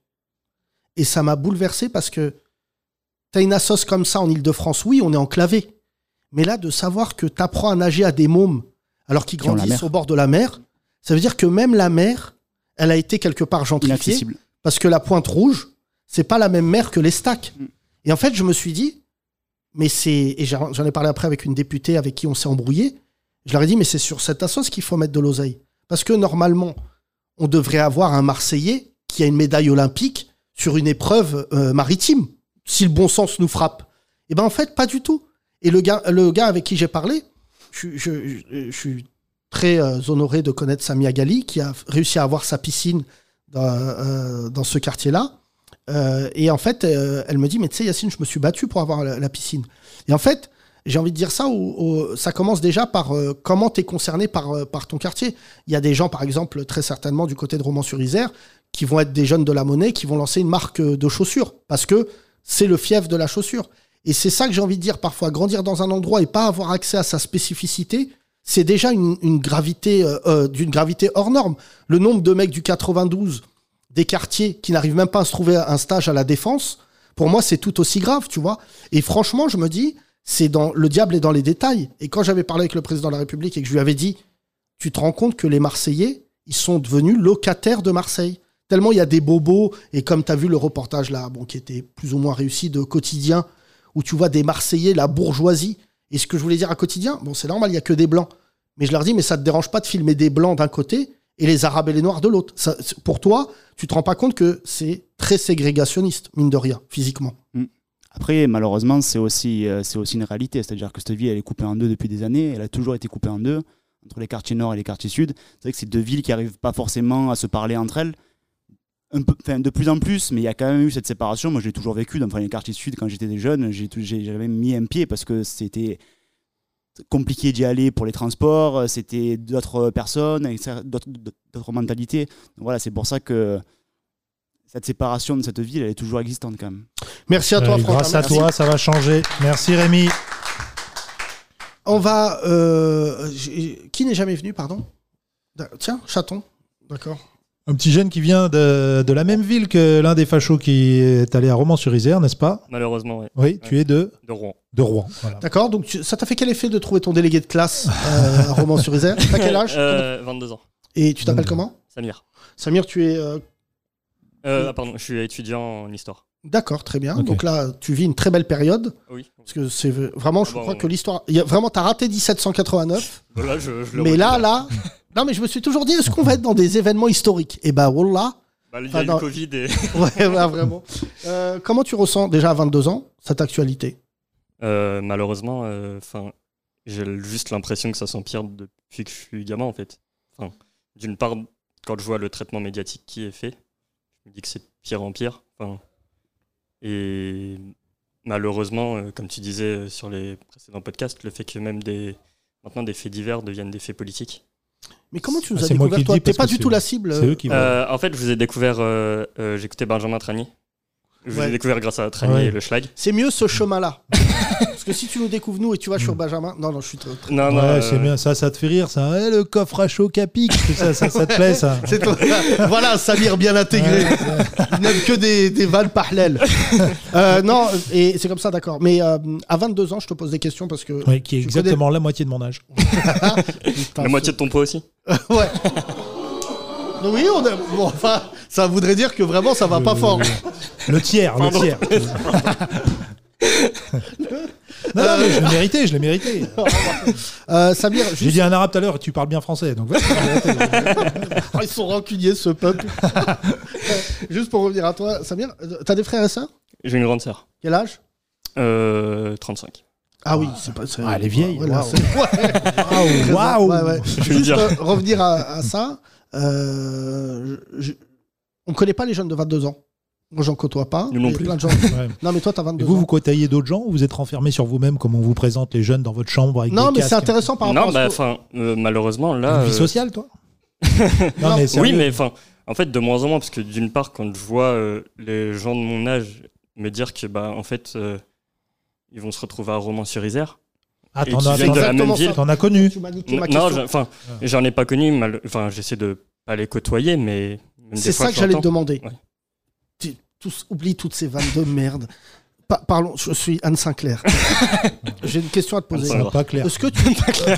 Et ça m'a bouleversé parce que t'as une assoce comme ça en Ile-de-France, oui, on est enclavé. Mais là, de savoir que t'apprends à nager à des mômes alors qu'ils
Qui ont la
grandissent
mer.
au bord de la mer, ça veut dire que même la mer, elle a été quelque part gentrifiée.
Inaccessible.
Parce que la Pointe Rouge, c'est pas la même mer que les Stacks.
Mm.
Et en fait, je me suis dit, mais c'est. Et j'en j'en ai parlé après avec une députée avec qui on s'est embrouillé. Je leur ai dit, mais c'est sur cette assoce qu'il faut mettre de l'oseille. Parce que normalement, on devrait avoir un Marseillais qui a une médaille olympique sur une épreuve euh, maritime, si le bon sens nous frappe. Et ben en fait, pas du tout. Et le gars, le gars avec qui j'ai parlé, je, je, je, je suis très euh, honoré de connaître Samia Gali, qui a réussi à avoir sa piscine dans, euh, dans ce quartier-là. Euh, et en fait, euh, elle me dit, mais tu sais, Yacine, je me suis battu pour avoir la, la piscine. Et en fait, j'ai envie de dire ça, où, où ça commence déjà par euh, comment tu es concerné par, euh, par ton quartier. Il y a des gens, par exemple, très certainement du côté de Romans-sur-Isère, qui vont être des jeunes de la monnaie, qui vont lancer une marque de chaussures, parce que c'est le fief de la chaussure. Et c'est ça que j'ai envie de dire, parfois, grandir dans un endroit et pas avoir accès à sa spécificité, c'est déjà une, une gravité, euh, euh, d'une gravité hors norme. Le nombre de mecs du quatre-vingt-douze, des quartiers qui n'arrivent même pas à se trouver un stage à la Défense, pour moi, c'est tout aussi grave, tu vois. Et franchement, je me dis, c'est dans le diable est dans les détails. Et quand j'avais parlé avec le président de la République et que je lui avais dit, tu te rends compte que les Marseillais, ils sont devenus locataires de Marseille. Tellement il y a des bobos, et comme tu as vu le reportage là, bon, qui était plus ou moins réussi de Quotidien, où tu vois des Marseillais, la bourgeoisie. Et ce que je voulais dire à Quotidien, bon, c'est normal, il n'y a que des blancs. Mais je leur dis, mais ça te dérange pas de filmer des blancs d'un côté et les arabes et les noirs de l'autre. Ça, pour toi, tu te rends pas compte que c'est très ségrégationniste, mine de rien, physiquement.
Après, malheureusement, c'est aussi, euh, c'est aussi une réalité. C'est-à-dire que cette ville, elle est coupée en deux depuis des années. Elle a toujours été coupée en deux, entre les quartiers nord et les quartiers sud. C'est vrai que c'est deux villes qui n'arrivent pas forcément à se parler entre elles. Un peu, enfin, de plus en plus, mais il y a quand même eu cette séparation. Moi, j'ai toujours vécu dans les quartiers sud quand j'étais jeune. J'ai, j'ai, j'avais mis un pied parce que c'était compliqué d'y aller pour les transports. C'était d'autres personnes, d'autres, d'autres mentalités. Donc voilà, c'est pour ça que cette séparation de cette ville, elle est toujours existante quand même.
Merci à toi,
Euh,
Franck.
grâce à
Merci.
toi, ça va changer. Merci Rémi.
On va... euh, j'ai- qui n'est jamais venu, pardon? Tiens, chaton. D'accord.
Un petit jeune qui vient de, de la même ville que l'un des fachos qui est allé à Romans-sur-Isère, n'est-ce pas?
Malheureusement, oui.
Oui,
ouais.
tu es de
De Rouen.
De Rouen, voilà.
D'accord, donc tu- ça t'a fait quel effet de trouver ton délégué de classe euh, à Romans-sur-Isère? T'as quel âge?
euh, vingt-deux ans.
Et tu t'appelles
vingt-deux.
comment?
Samir.
Samir, tu es... euh,
Euh, ah, pardon, je suis étudiant en histoire.
D'accord, très bien.
Ok.
Donc là, tu vis une très belle période.
Oui.
Parce que c'est vraiment, je
Ah bon,
crois
bon.
que l'histoire... il y a- Vraiment, t'as raté dix-sept cent quatre-vingt-neuf.
Voilà, je, je le
Mais là,
retire.
là... Non, mais je me suis toujours dit, est-ce qu'on va être dans des événements historiques? Et bah, wallah.
Bah, il y
Enfin,
a eu
non.
le Covid et.
Ouais, ouais, vraiment. Euh, comment tu ressens, déjà à vingt-deux ans, cette actualité?
Euh, malheureusement, enfin, j'ai juste l'impression que ça s'empire depuis que je suis gamin, en fait. Enfin, d'une part, quand je vois le traitement médiatique qui est fait, je me dis que c'est de pire en pire. Enfin, et malheureusement, euh, comme tu disais euh, sur les précédents podcasts, le fait que même des maintenant des faits divers deviennent des faits politiques.
Mais comment tu nous
Ah,
as
c'est moi
découvert,
qui le
toi?
dis
T'es
parce
pas
que
du
c'est-
tout la cible.
C'est eux qui vont.
Euh, en fait, je vous ai découvert, euh, euh, j'écoutais Benjamin Tranier. Je vous
Ouais.
ai découvert grâce à Tranier
Ouais.
et le Schlag.
C'est mieux ce chemin-là. Parce que si tu nous découvres nous et tu vas sur Benjamin... Non, non, je suis très... très-
Non, non,
Ouais,
euh,
c'est bien, ça, ça te fait rire, ça. Eh, le coffre à chaud capique, ça, ça, ça te plaît, ça.
C'est toi. Voilà, Samir bien intégré. Il n'aime que des, des vannes parallèles. Euh, non, et c'est comme ça, d'accord. Mais euh, à vingt-deux ans, je te pose des questions parce que...
Oui, qui est
tu
exactement la moitié de mon âge.
Putain,
la moitié de ton poids aussi.
Ouais. Oui, on a... bon, enfin, ça voudrait dire que vraiment, ça va pas fort.
Le tiers, le tiers. non, non, mais je l'ai mérité, je l'ai mérité.
Euh, Samir,
J'ai
juste...
dit un arabe tout à l'heure et tu parles bien français, donc ouais.
Ils sont rancuniers, ce peuple. Juste pour revenir à toi, Samir, t'as des frères et sœurs?
J'ai une grande sœur.
Quel âge?
Euh, trente-cinq.
Ah oui, c'est pas... c'est-
Ah, elle est vieille.
Ouais, là,
Waouh.
c'est- ouais.
Waouh.
Ouais, ouais.
veux
Juste
dire.
euh, revenir à, à ça, euh, je- je- on ne connaît pas les jeunes de vingt-deux ans. Moi, j'en côtoie pas.
Nous non
Il y a
plus.
plein de gens.
Ouais.
Non, mais toi, t'as
Et
vingt-deux
vous,
ans.
vous côtoyez d'autres gens ou vous êtes renfermé sur vous-même comme on vous présente les jeunes dans votre chambre avec
Non,
des
mais c'est
casques
intéressant par rapport
Non, bah,
à ce que...
enfin, euh, malheureusement, là.
Une vie
euh,
sociale, toi
Non,
Non, mais
Oui,
sérieux.
mais enfin, en fait, de moins en moins, parce que d'une part, quand je vois euh, les gens de mon âge me dire que, bah, en fait, euh, ils vont se retrouver à Romans-sur-Isère.
Ah,
et
t'en
qui
as,
viennent
t'en
de la
as-
même
Exactement
ville.
ça.
t'en as connu.
Tu m'as niqué ma
Non,
question.
je- enfin, j'en ai pas connu. mal- Enfin, j'essaie de pas les côtoyer, mais même des
C'est
fois,
ça que j'allais te
j'entends.
demander.
Ouais.
Tu- tous, oublie toutes ces vannes de merde. Pa- parlons, je suis Anne Sinclair. J'ai une question à te poser.
Anne
C'est pas clair.
Est-ce que tu...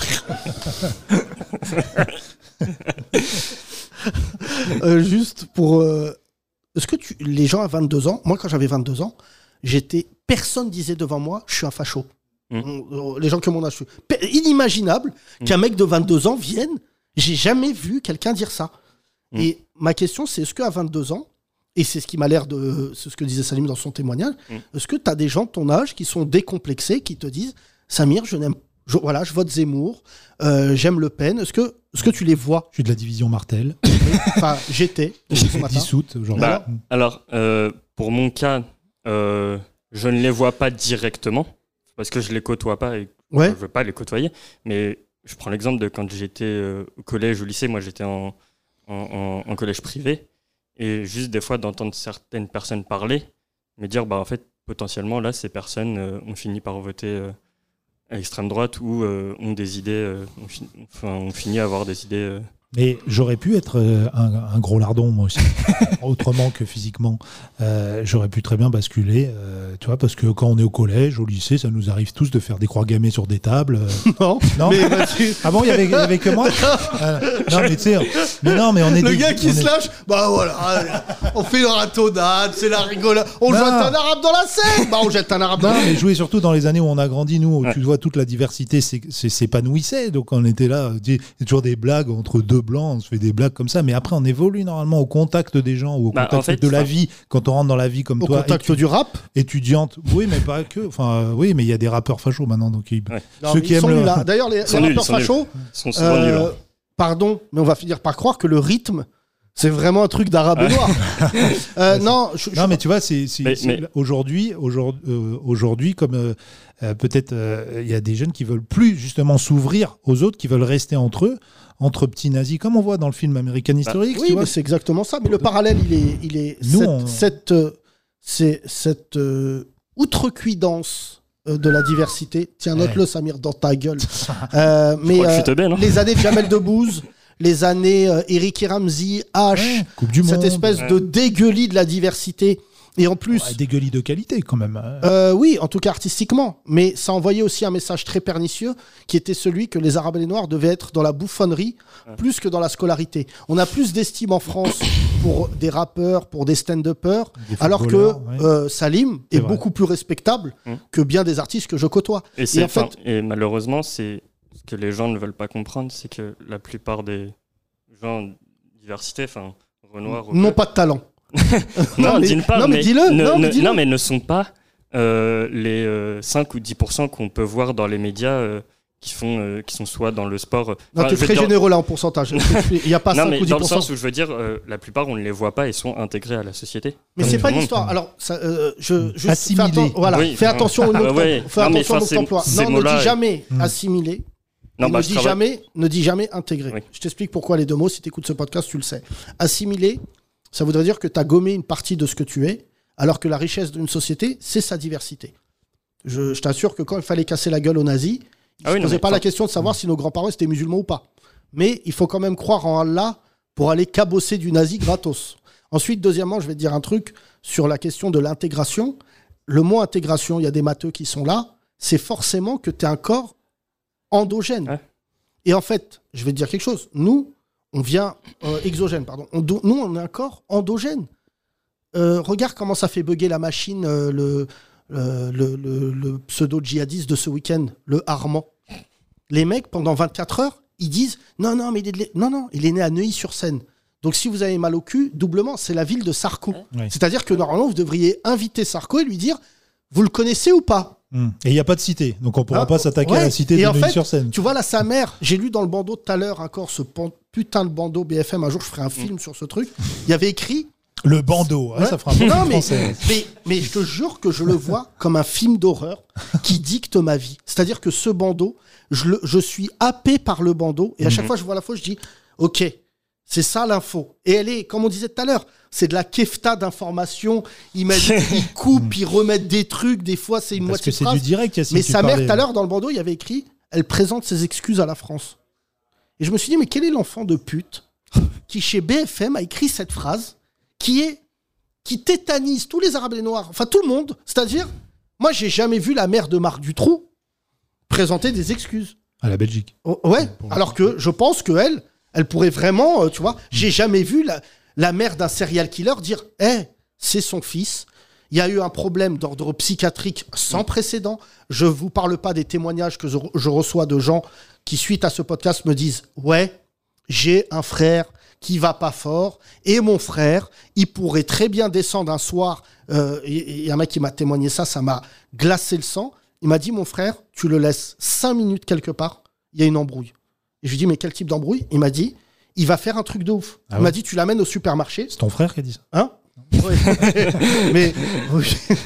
Euh, juste pour... euh, Est-ce que tu... les gens à vingt-deux ans, moi quand j'avais vingt-deux ans, j'étais... Personne disait devant moi, je suis un facho.
Mm.
On- Les gens que mon âge, je suis... Pe- Inimaginable
Mm.
qu'un mec de vingt-deux ans vienne. J'ai jamais vu quelqu'un dire ça.
Mm.
Et ma question, c'est est-ce qu'à vingt-deux ans, et c'est ce qui m'a l'air de... C'est ce que disait Salim dans son témoignage,
Mm.
est-ce que tu as des gens de ton âge qui sont décomplexés, qui te disent, Samir, je n'aime... je- voilà, je vote Zemmour, euh, j'aime Le Pen. Est-ce que, est-ce que tu les vois?
Je suis de la division Martel.
Enfin, j'étais ce matin.
dissoute aujourd'hui.
Bah, alors, euh, pour mon cas, euh, je ne les vois pas directement parce que je les côtoie pas et
Ouais.
je veux pas les côtoyer. Mais je prends l'exemple de quand j'étais euh, au collège ou au lycée. Moi, j'étais en, en, en- en collège privé et juste des fois d'entendre certaines personnes parler, me dire bah en fait potentiellement là ces personnes euh, ont fini par voter euh, à l'extrême droite ou euh, ont des idées, euh, ont, fini, enfin, ont fini à avoir des idées. euh,
Mais j'aurais pu être euh, un, un gros lardon, moi aussi. Autrement que physiquement. Euh, j'aurais pu très bien basculer, euh, tu vois, parce que quand on est au collège, au lycée, ça nous arrive tous de faire des croix gammées sur des tables. euh.
Non,
Non
mais vas-y.
Ah bon, il y avait, il y avait que moi Euh, Non, mais tu sais, mais non, mais on est
Le
des-
gars qui
on
se
est-
lâche, bah voilà, allez, on fait une ratonnade, c'est la rigolade. On
Non.
jette un arabe dans la scène, bah on jette un arabe dans
Non,
la
mais jouer surtout dans les années où on a grandi, nous, où
Ouais.
tu vois toute la diversité c'est- c'est- s'épanouissait. Donc on était là, il y a toujours des blagues entre deux blancs, on se fait des blagues comme ça. Mais après, on évolue normalement au contact des gens ou au
Bah,
contact
en fait,
de la
enfin-
vie. Quand on rentre dans la vie comme
Au
toi,
contact
étu-
du rap.
étudiante. Oui, mais pas que. Enfin, euh, oui, mais il y a des rappeurs fachos maintenant. Donc ils-
Ouais.
Non,
ceux
mais
qui
ils sont
aiment le-
nuls, là. D'ailleurs, les, les
sont nuls,
rappeurs
ils sont nuls.
fachos,
Ils sont souvent
euh,
nuls. hein.
pardon, mais on va finir par croire que le rythme, c'est vraiment un truc d'arabe et noir. Euh, non, je, je-
Non, mais tu vois, c'est c'est-
Mais-
c'est-
mais-
aujourd'hui, aujourd'hui, euh, aujourd'hui, comme euh, euh, peut-être euh, il y a des jeunes qui veulent plus justement s'ouvrir aux autres, qui veulent rester entre eux, entre petits nazis, comme on voit dans le film American History.
oui,
tu
mais
vois.
c'est exactement ça. Mais le parallèle, il est, il est
Nous,
cette,
on-
cette, euh, c'est cette euh, outrecuidance euh, de la diversité. Tiens, note-le, Samir, dans ta gueule. Euh, mais
Je crois que je
euh,
suis teubé, non
les années de Jamel Debbouze, les années euh, Eric et Ramsey, H,
Ouais, Coupe du
cette
Monde.
espèce
Ouais.
de dégueulis de la diversité. Et en plus,
Ouais, des gueulis de qualité quand même. hein.
euh, oui, en tout cas artistiquement, mais ça envoyait aussi un message très pernicieux qui était celui que les Arabes et les Noirs devaient être dans la bouffonnerie
Ouais.
plus que dans la scolarité. On a plus d'estime en France pour des rappeurs, pour des stand-uppers,
Des
alors que
footballeurs, ouais.
euh, Salim
C'est
est
vrai.
beaucoup plus respectable
Mm.
que bien des artistes que je côtoie.
Et, c'est,
en fait-
enfin, et malheureusement, c'est ce que les gens ne veulent pas comprendre, c'est que la plupart des gens diversité, enfin Renoir. ou
N'ont
peu-
pas de talent.
Non,
mais-
d'une part,
non, mais
mais,
dis-le,
ne,
non, mais
ne-
dis-le.
non, mais ne sont pas euh, les euh, cinq ou dix pour cent qu'on peut voir dans les médias euh, qui, font, euh, qui sont soit dans le sport.
Non,
Enfin,
tu es
je veux
très
dire-
généreux là en pourcentage. Il n'y a pas
Non,
cinq
mais
ou dix
dans le
pour cent.
sens où je veux dire, euh, la plupart, on ne les voit pas et sont intégrés à la société.
Mais
Comme
c'est
tout
pas
le monde.
l'histoire. Alors, ça, euh, je, je
Assimilé.
fais, atten- voilà,
Oui,
fais
enfin,
attention au
ah,
mot de-
ouais.
fais
Non, mais
attention au mot
enfin,
que
ces-
t'emploies.
ces
Non, ne
mots-là,
dis jamais
Hmm.
assimilé.
Non,
et
bah,
ne
je
dis
travaille-
jamais, ne dis jamais intégré.
Oui.
Je t'explique pourquoi les deux mots. Si tu écoutes ce podcast, tu le sais. Assimiler, ça voudrait dire que tu as gommé une partie de ce que tu es, alors que la richesse d'une société, c'est sa diversité. Je, je t'assure que quand il fallait casser la gueule aux nazis, ils
Ah
ne
oui,
se
non,
posaient
mais
pas
enfin-
la question de savoir si nos grands-parents étaient musulmans ou pas. Mais il faut quand même croire en Allah pour aller cabosser du nazi gratos. Ensuite, deuxièmement, je vais te dire un truc sur la question de l'intégration. Le mot intégration, il y a des matheux qui sont là, c'est forcément que tu es un corps endogène.
Ouais.
Et en fait, je vais te dire quelque chose. Nous, on vient euh, exogène, pardon. On do- nous, on est un corps endogène. Euh, regarde comment ça fait bugger la machine, euh, le, euh, le, le- le pseudo-djihadiste de ce week-end, le Armand. Les mecs, pendant vingt-quatre heures, ils disent non, non, mais il est, de- non, non, il est né à Neuilly-sur-Seine. Donc si vous avez mal au cul, doublement, c'est la ville de Sarko.
Ouais.
C'est-à-dire que normalement, vous devriez inviter Sarko et lui dire vous le connaissez ou pas?
Hmm. Et il n'y a pas de cité, donc on ne pourra
Ah,
pas s'attaquer
ouais.
à la cité
Et
de
en fait,
Neuilly-sur-Seine.
Tu vois là, sa mère, j'ai lu dans le bandeau tout à l'heure encore ce pan- putain de bandeau B F M. Un jour, je ferai un film sur ce truc. Il y avait écrit.
Le bandeau, hein,
Ouais.
ça fera un peu
Non, mais,
français.
mais, mais je te jure que je le vois comme un film d'horreur qui dicte ma vie. C'est-à-dire que ce bandeau, je, le- je suis happé par le bandeau. Et à chaque fois que je vois la photo, je dis ok, c'est ça l'info. Et elle est, comme on disait tout à l'heure, c'est de la kefta d'informations. Ils, mettent- ils coupent, ils remettent des trucs. Des fois, c'est une
Parce que
moitié de
c'est
phrase.
du direct, Yacine.
Mais
tu
sa mère,
parlais.
tout à l'heure, dans le bandeau, il y avait écrit elle présente ses excuses à la France. Et je me suis dit mais quel est l'enfant de pute qui, chez B F M, a écrit cette phrase qui est qui tétanise tous les Arabes et les Noirs, enfin tout le monde. C'est-à-dire, moi, j'ai jamais vu la mère de Marc Dutroux présenter des excuses.
À la Belgique.
Oh, ouais, alors que je pense que elle, elle pourrait vraiment, euh, tu vois, j'ai jamais vu la, la mère d'un serial killer dire « Eh, c'est son fils, il y a eu un problème d'ordre psychiatrique sans précédent. Je vous parle pas des témoignages que je, je reçois de gens qui, suite à ce podcast, me disent « Ouais, j'ai un frère qui va pas fort, et mon frère, il pourrait très bien descendre un soir. Euh, et, et un mec qui m'a témoigné ça, ça m'a glacé le sang. Il m'a dit, mon frère, tu le laisses cinq minutes quelque part, il y a une embrouille. Et je lui ai dit, mais quel type d'embrouille? Il m'a dit, il va faire un truc de ouf.
Ah
il
ouais.
m'a dit, tu l'amènes au supermarché.
C'est ton frère qui a dit ça.
Hein? Ouais. Mais oui.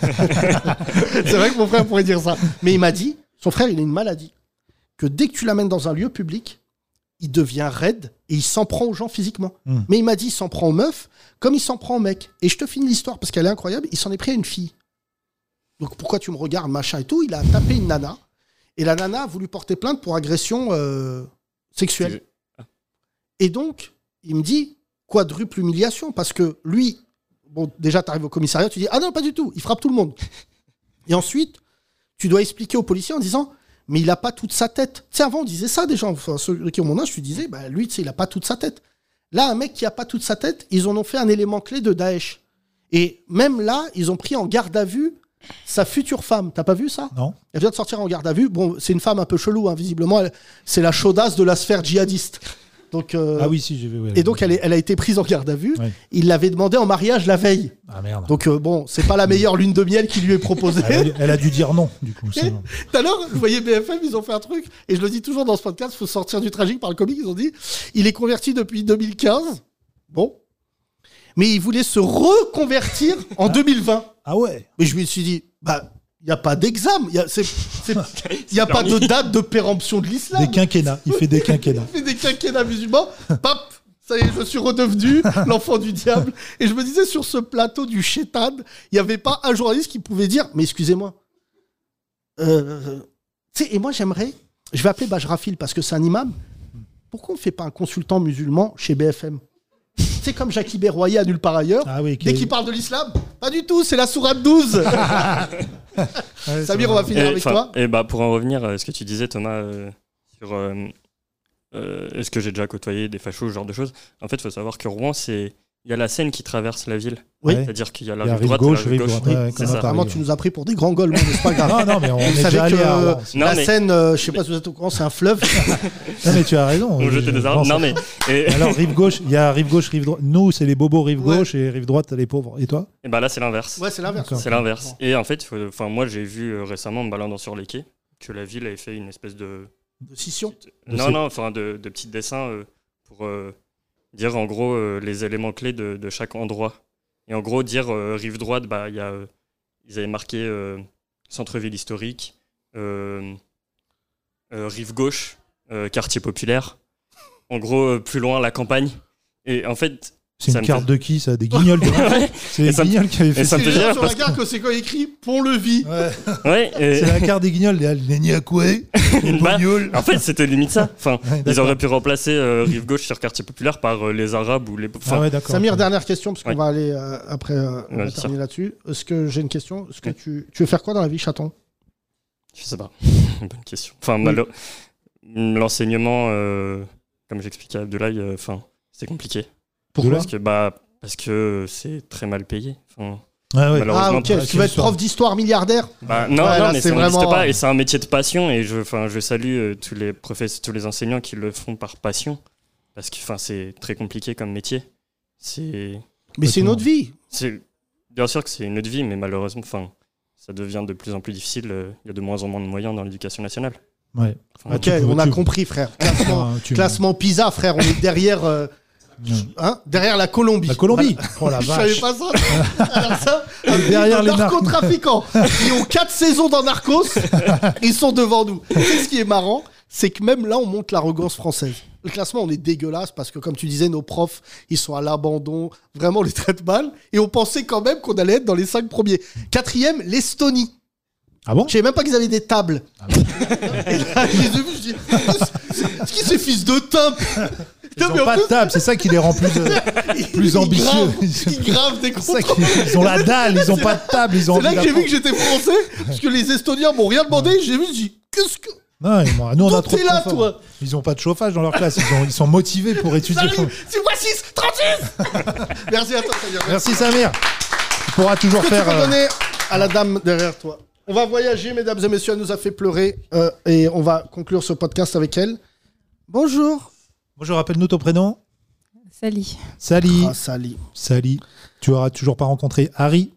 C'est vrai que mon frère pourrait dire ça. Mais il m'a dit, son frère, il a une maladie, que dès que tu l'amènes dans un lieu public, il devient raide et il s'en prend aux gens physiquement.
Mm.
Mais il m'a dit, il s'en prend aux meufs comme il s'en prend aux mecs. Et je te finis l'histoire parce qu'elle est incroyable. Il s'en est pris à une fille. Donc pourquoi tu me regardes, machin et tout? Il a tapé une nana. Et la nana a voulu porter plainte pour agression euh, sexuelle. Et donc, il me dit, quadruple humiliation. Parce que lui, bon, déjà, tu arrives au commissariat, tu dis, ah non, pas du tout, il frappe tout le monde. Et ensuite, tu dois expliquer aux policiers en disant, mais il n'a pas toute sa tête. Tu sais, avant, on disait ça des gens. Enfin, ceux qui ont mon âge, je disais, bah, lui, tu sais, il n'a pas toute sa tête. Là, un mec qui n'a pas toute sa tête, ils en ont fait un élément clé de Daesh. Et même là, ils ont pris en garde à vue sa future femme. T'as pas vu ça?
Non.
Elle vient de sortir en garde à vue. Bon, c'est une femme un peu chelou, hein, visiblement. Elle- c'est la chaudasse de la sphère djihadiste. Donc, euh,
Ah oui, si, j'ai vu. ouais,
et donc, elle, est- elle a été prise en garde à vue.
Ouais.
Il l'avait demandé en mariage la veille.
Ah merde.
Donc, euh, bon, c'est pas la meilleure lune de miel qui lui est proposée.
Elle a, elle a dû dire non, du coup. c'est-
Tout à l'heure, vous voyez B F M, ils ont fait un truc, et je le dis toujours dans ce podcast, il faut sortir du tragique par le comique, ils ont dit, il est converti depuis deux mille quinze, bon, mais il voulait se reconvertir en deux mille vingt.
Ah ouais.
Mais je me suis dit, bah, il n'y a pas d'examen, il n'y a, c'est- c'est- y a pas de date de péremption de l'islam.
Des quinquennats. Il fait des quinquennats.
Il fait des quinquennats musulmans, pap, ça y est, je suis redevenu l'enfant du diable. Et je me disais, sur ce plateau du chétan, il n'y avait pas un journaliste qui pouvait dire, mais excusez-moi, euh, tu sais, et moi j'aimerais, je vais appeler Bajrafil parce que c'est un imam, pourquoi on ne fait pas un consultant musulman chez B F M? C'est comme Jackie Berroyer à Nulle part ailleurs.
Ah oui,
Dès qu'il parle de l'islam, pas du tout, c'est la sourate douze.
Ouais,
Samir, on va finir
Et,
avec
enfin,
toi.
Et bah, pour en revenir à ce que tu disais, Thomas, euh, sur euh, euh, est-ce que j'ai déjà côtoyé des fachos, ce genre de choses. En fait, il faut savoir que Rouen, c'est il y a la Seine qui traverse la ville.
Oui.
C'est-à-dire qu'il y a la
Il y a
rive
rive
droite
gauche,
et la rive
rive
gauche.
droite, ouais,
Oui,
comme
c'est
à
ça.
Paris.
Vraiment, tu nous as pris pour des grands gaules, mais c'est pas grave.
Non, non, mais on
Vous
est
savez
déjà allé
que
à Rouen.
Non,
la
mais-
Seine, euh, je sais pas si vous êtes au courant, c'est un fleuve.
Non, mais tu as raison.
On jetait des
Je
arbres.
pense-
Non, mais. et-
Alors, rive gauche, il y a rive gauche, rive droite. Nous, c'est les bobos rive
Ouais.
gauche et rive droite, les pauvres. Et toi?
Et bah là, c'est l'inverse.
Ouais, c'est l'inverse.
D'accord.
C'est l'inverse.
Bon.
Et en fait, faut- enfin, moi, j'ai vu euh, récemment, en me baladant sur les quais, que la ville avait fait une espèce de.
De scission.
De
Non,
ces-
non, enfin, de, de petits dessins euh, pour euh, dire en gros euh, les éléments clés de, de chaque endroit. Et en gros, dire euh, rive droite, bah, y a, euh, ils avaient marqué euh, centre-ville historique, euh, euh, rive gauche, euh, quartier populaire. En gros, euh, plus loin, la campagne. Et en fait.
C'est
ça
une
me
carte
fait-
de qui, ça? Des guignols de... C'est
Et
les
ça me-
guignols qui avaient fait
et ça
ça.
me fait
C'est
rire
sur
parce
la gare que c'est quand écrit Pont-Levis.
Ouais.
Ouais, et-
C'est la carte des guignols, les les Niakoué, les
Bah,
Bognouls.
en fait, c'était limite ça. Enfin,
Ouais,
ils
d'accord.
auraient pu remplacer euh, rive gauche sur quartier populaire par euh, les Arabes ou les. Enfin,
Ah ouais, d'accord.
Samir, dernière question, parce qu'on
Ouais.
va aller euh, après euh, on
Ouais,
va
c'est
terminer
ça.
là-dessus. Est-ce que j'ai une question? Est-ce que
Ouais.
tu, tu veux faire quoi dans la vie, chaton?
Je sais pas. Bonne question. Enfin, malo- l'enseignement, euh, comme j'expliquais à Abdoulaye, euh, enfin, c'est compliqué.
Pourquoi?
Parce que bah, parce que c'est très mal payé. Enfin,
Ah ouais.
malheureusement,
Ah, ok.
pas-
Tu vas être prof d'histoire milliardaire?
bah, non,
Ouais,
non,
là,
mais
c'est
ça n'existe
vraiment-
pas et c'est un métier de passion et je, enfin, je salue euh, tous les professeurs, tous les enseignants qui le font par passion parce que, enfin, c'est très compliqué comme métier. C'est,
Mais c'est une autre vie.
c'est, bien sûr que c'est une autre vie, mais malheureusement, enfin, ça devient de plus en plus difficile. euh, Il y a de moins en moins de moyens dans l'éducation nationale.
Ouais.
Enfin,
Ok,
tu peux-
on a
tu-
compris, frère. Classement,
Ah, tu-
classement PISA, frère. On est derrière, euh, hein, derrière la Colombie.
La Colombie. Oh la
Je savais
vache.
pas ça. Alors ça, avec
derrière
les
les nar-
narcotrafiquants qui ont quatre saisons dans Narcos, ils sont devant nous. Tu sais ce qui est marrant, c'est que même là, on monte l'arrogance française. Le classement, on est dégueulasse parce que, comme tu disais, nos profs, ils sont à l'abandon. Vraiment, on les traite mal. Et on pensait quand même qu'on allait être dans les cinq premiers. Quatrième, l'Estonie.
Ah bon?
Je savais même pas qu'ils avaient des tables. Et là, je les ai vus, je dis, est-ce qu'ils ces fils de timp?
Ils ont pas de table, c'est ça qui les rend plus, euh, plus ambitieux.
Ils gravent des
C'est ça
contrats.
qui- Ils ont la dalle, ils ont pas de table, ils ont
C'est là
envie
que j'ai
d'apprendre.
vu que j'étais français, parce que les Estoniens m'ont rien demandé. J'ai vu, j'ai dit, qu'est-ce que.
Non, ils m'ont- nous on a
Toi,
trop
t'es
de
là,
confort.
toi.
Ils ont pas de chauffage dans leur classe, ils, ont- ils sont motivés pour étudier.
Salut, c'est moi six, trente-six. Merci à toi, Samir.
Merci Samir. Tu pourras toujours
Qu'est-ce que tu
faire.
vas
euh,
donner à la dame derrière toi? On va voyager, mesdames et messieurs, elle nous a fait pleurer euh, et on va conclure ce podcast avec elle. Bonjour.
Bonjour, rappelle-nous ton prénom.
Sally.
Sally.
Ah, Sally.
Sally. Tu auras toujours pas rencontré Harry.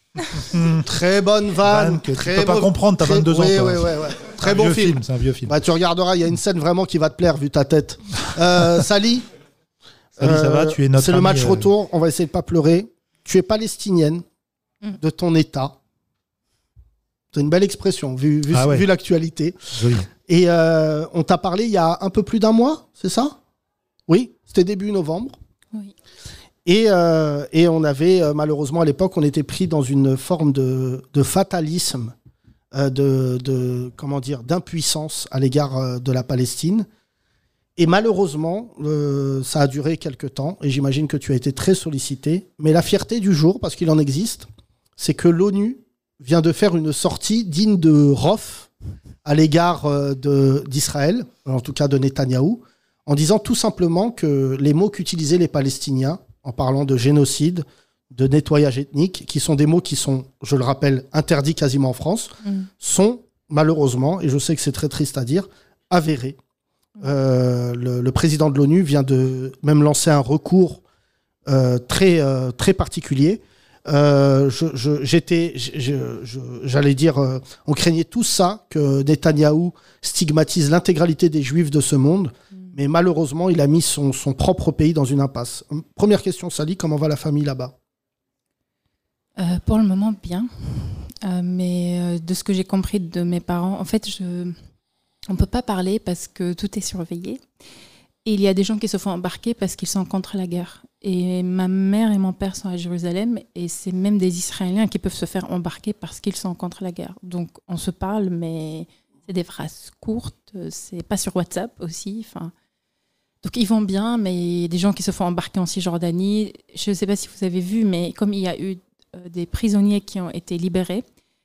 Très bonne vanne.
Vanne que tu
très
peux pas
beau-
comprendre, t'as
très-
vingt-deux ans,
Oui,
toi.
oui, oui, oui. Très
Un
bon
vieux
film.
C'est un vieux film.
Bah, tu regarderas, il y a une scène vraiment qui va te plaire vu ta tête. Euh, Sally.
Sally, ça va,
euh,
tu es notre
C'est le
amie,
match
euh,
retour. On va essayer de pas pleurer. Tu es palestinienne
Mm.
de ton état. C'est une belle expression vu, vu,
Ah ouais.
vu l'actualité.
Joli.
Et euh, on t'a parlé il y a un peu plus d'un mois, c'est ça? Oui, c'était début novembre.
Oui.
Et, euh, et on avait, euh, malheureusement, à l'époque, on était pris dans une forme de, de fatalisme, euh, de, de, comment dire, d'impuissance à l'égard euh, de la Palestine. Et malheureusement, euh, ça a duré quelques temps, et j'imagine que tu as été très sollicité. Mais la fierté du jour, parce qu'il en existe, c'est que l'ONU vient de faire une sortie digne de Rof à l'égard euh, de- d'Israël, en tout cas de Netanyahou, en disant tout simplement que les mots qu'utilisaient les Palestiniens, en parlant de génocide, de nettoyage ethnique, qui sont des mots qui sont, je le rappelle, interdits quasiment en France,
Mm.
sont malheureusement, et je sais que c'est très triste à dire, avérés. Euh, le, le président de l'ONU vient de même lancer un recours euh, très, euh, très particulier. Euh, je, je- j'étais, je- je- je- j'allais dire, euh, on craignait tout ça, que Netanyahou stigmatise l'intégralité des Juifs de ce monde, mais malheureusement, il a mis son, son propre pays dans une impasse. Première question, Sally, comment va la famille là-bas?
Euh, pour le moment, bien. Euh, mais euh, de ce que j'ai compris de mes parents, en fait, je... on ne peut pas parler parce que tout est surveillé. Et il y a des gens qui se font embarquer parce qu'ils sont contre la guerre. Et ma mère et mon père sont à Jérusalem et c'est même des Israéliens qui peuvent se faire embarquer parce qu'ils sont contre la guerre. Donc on se parle, mais c'est des phrases courtes, c'est pas sur WhatsApp aussi. Enfin, Donc ils vont bien, mais il y a des gens qui se font embarquer en Cisjordanie. Je ne sais pas si vous avez vu, mais comme il y a eu euh, des prisonniers qui ont été libérés,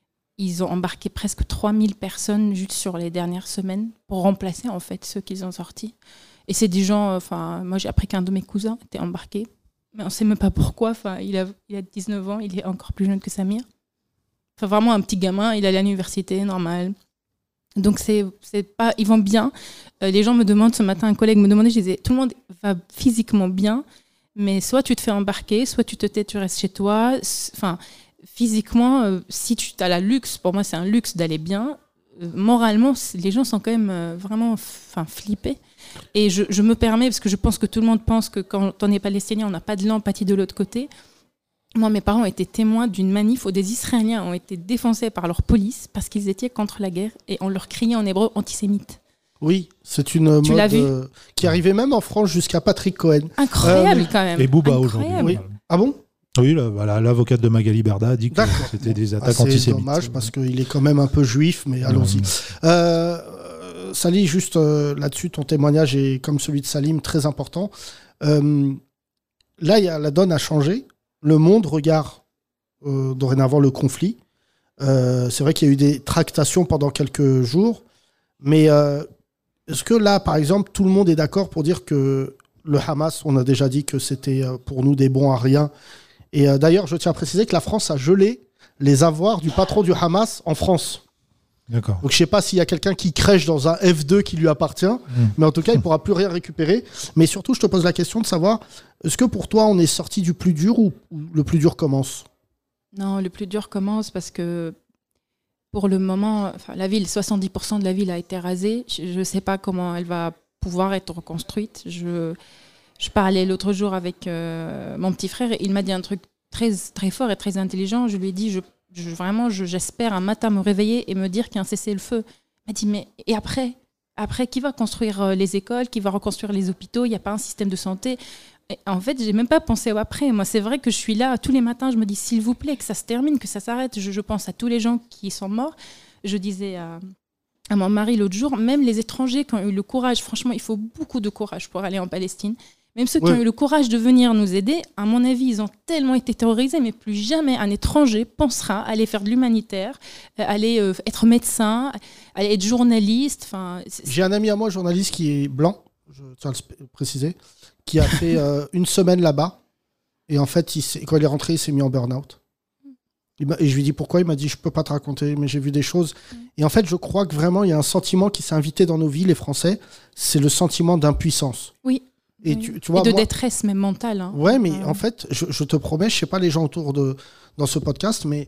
ils ont embarqué presque trois mille personnes juste sur les dernières semaines pour remplacer en fait ceux qu'ils ont sortis. Et c'est des gens, enfin, moi j'ai appris qu'un de mes cousins était embarqué, mais on ne sait même pas pourquoi. Enfin, il a, il a dix-neuf ans, il est encore plus jeune que Samir. Enfin, vraiment un petit gamin, il allait à l'université, normal. Donc c'est, c'est pas, ils vont bien. Euh, les gens me demandent ce matin, un collègue me demandait, je disais, tout le monde va physiquement bien, mais soit tu te fais embarquer, soit tu te tais, tu restes chez toi. Enfin, physiquement, euh, si tu as la luxe, pour moi c'est un luxe d'aller bien. Euh, moralement, les gens sont quand même euh, vraiment, enfin, flippés. Et je, je me permets, parce que je pense que tout le monde pense que quand on est palestinien, on n'a pas de l'empathie de l'autre côté. Moi, mes parents ont été témoins d'une manif où des Israéliens ont été défoncés par leur police parce qu'ils étaient contre la guerre et on leur criait en hébreu antisémite.
Oui, c'est une
tu
mode
l'as vu
euh, qui arrivait même en France jusqu'à Patrick Cohen.
Incroyable
Euh,
quand même.
Et Booba
Incroyable.
aujourd'hui.
Oui. Ah bon?
Oui, là, voilà, l'avocate de Magali Berda a dit que
D'accord.
c'était des
Ah,
attaques
c'est
antisémites.
dommage parce qu'il est quand même un peu juif, mais allons-y.
Mmh.
Euh, Sally, juste euh, là-dessus, ton témoignage est comme celui de Salim, très important. Euh, là, y a, la donne a changé. Le monde regarde euh, dorénavant le conflit. Euh, c'est vrai qu'il y a eu des tractations pendant quelques jours, mais euh, est-ce que là, par exemple, tout le monde est d'accord pour dire que le Hamas, on a déjà dit que c'était euh, pour nous des bons à rien. Et euh, d'ailleurs, je tiens à préciser que la France a gelé les avoirs du patron du Hamas en France.
D'accord.
Donc je sais pas s'il y a quelqu'un qui crèche dans un F deux qui lui appartient, mmh. mais en tout cas, il pourra plus rien récupérer. Mais surtout, je te pose la question de savoir, est-ce que pour toi, on est sorti du plus dur ou, ou le plus dur commence?
Non, le plus dur commence parce que pour le moment, enfin, la ville, soixante-dix pour cent de la ville a été rasée. Je ne sais pas comment elle va pouvoir être reconstruite. Je, je parlais l'autre jour avec euh, mon petit frère et il m'a dit un truc très, très fort et très intelligent. Je lui ai dit, je, je, vraiment, je, j'espère un matin me réveiller et me dire qu'il y a un cessez-le-feu. Il m'a dit, mais et après Après, qui va construire les écoles? Qui va reconstruire les hôpitaux? Il n'y a pas un système de santé. Et en fait, je n'ai même pas pensé au après. Moi, c'est vrai que je suis là tous les matins. Je me dis, s'il vous plaît, que ça se termine, que ça s'arrête. Je, je pense à tous les gens qui sont morts. Je disais à, à mon mari l'autre jour, même les étrangers qui ont eu le courage, franchement, il faut beaucoup de courage pour aller en Palestine. Même ceux qui ouais. ont eu le courage de venir nous aider, à mon avis, ils ont tellement été terrorisés, mais plus jamais un étranger pensera aller faire de l'humanitaire, euh, aller euh, être médecin, aller être journaliste.
J'ai un ami à moi, journaliste, qui est blanc, je tiens à le préciser, qui a fait euh, une semaine là-bas. Et en fait, il quand il est rentré, il s'est mis en burn-out. Et je lui dis pourquoi. Il m'a dit, je peux pas te raconter, mais j'ai vu des choses. Et en fait, je crois que vraiment, il y a un sentiment qui s'est invité dans nos vies, les Français. C'est le sentiment d'impuissance.
Oui.
Et,
oui.
tu, tu vois,
et de
moi,
détresse même mentale. Hein.
Ouais, mais
euh...
en fait, je, je te promets, je sais pas les gens autour de dans ce podcast, mais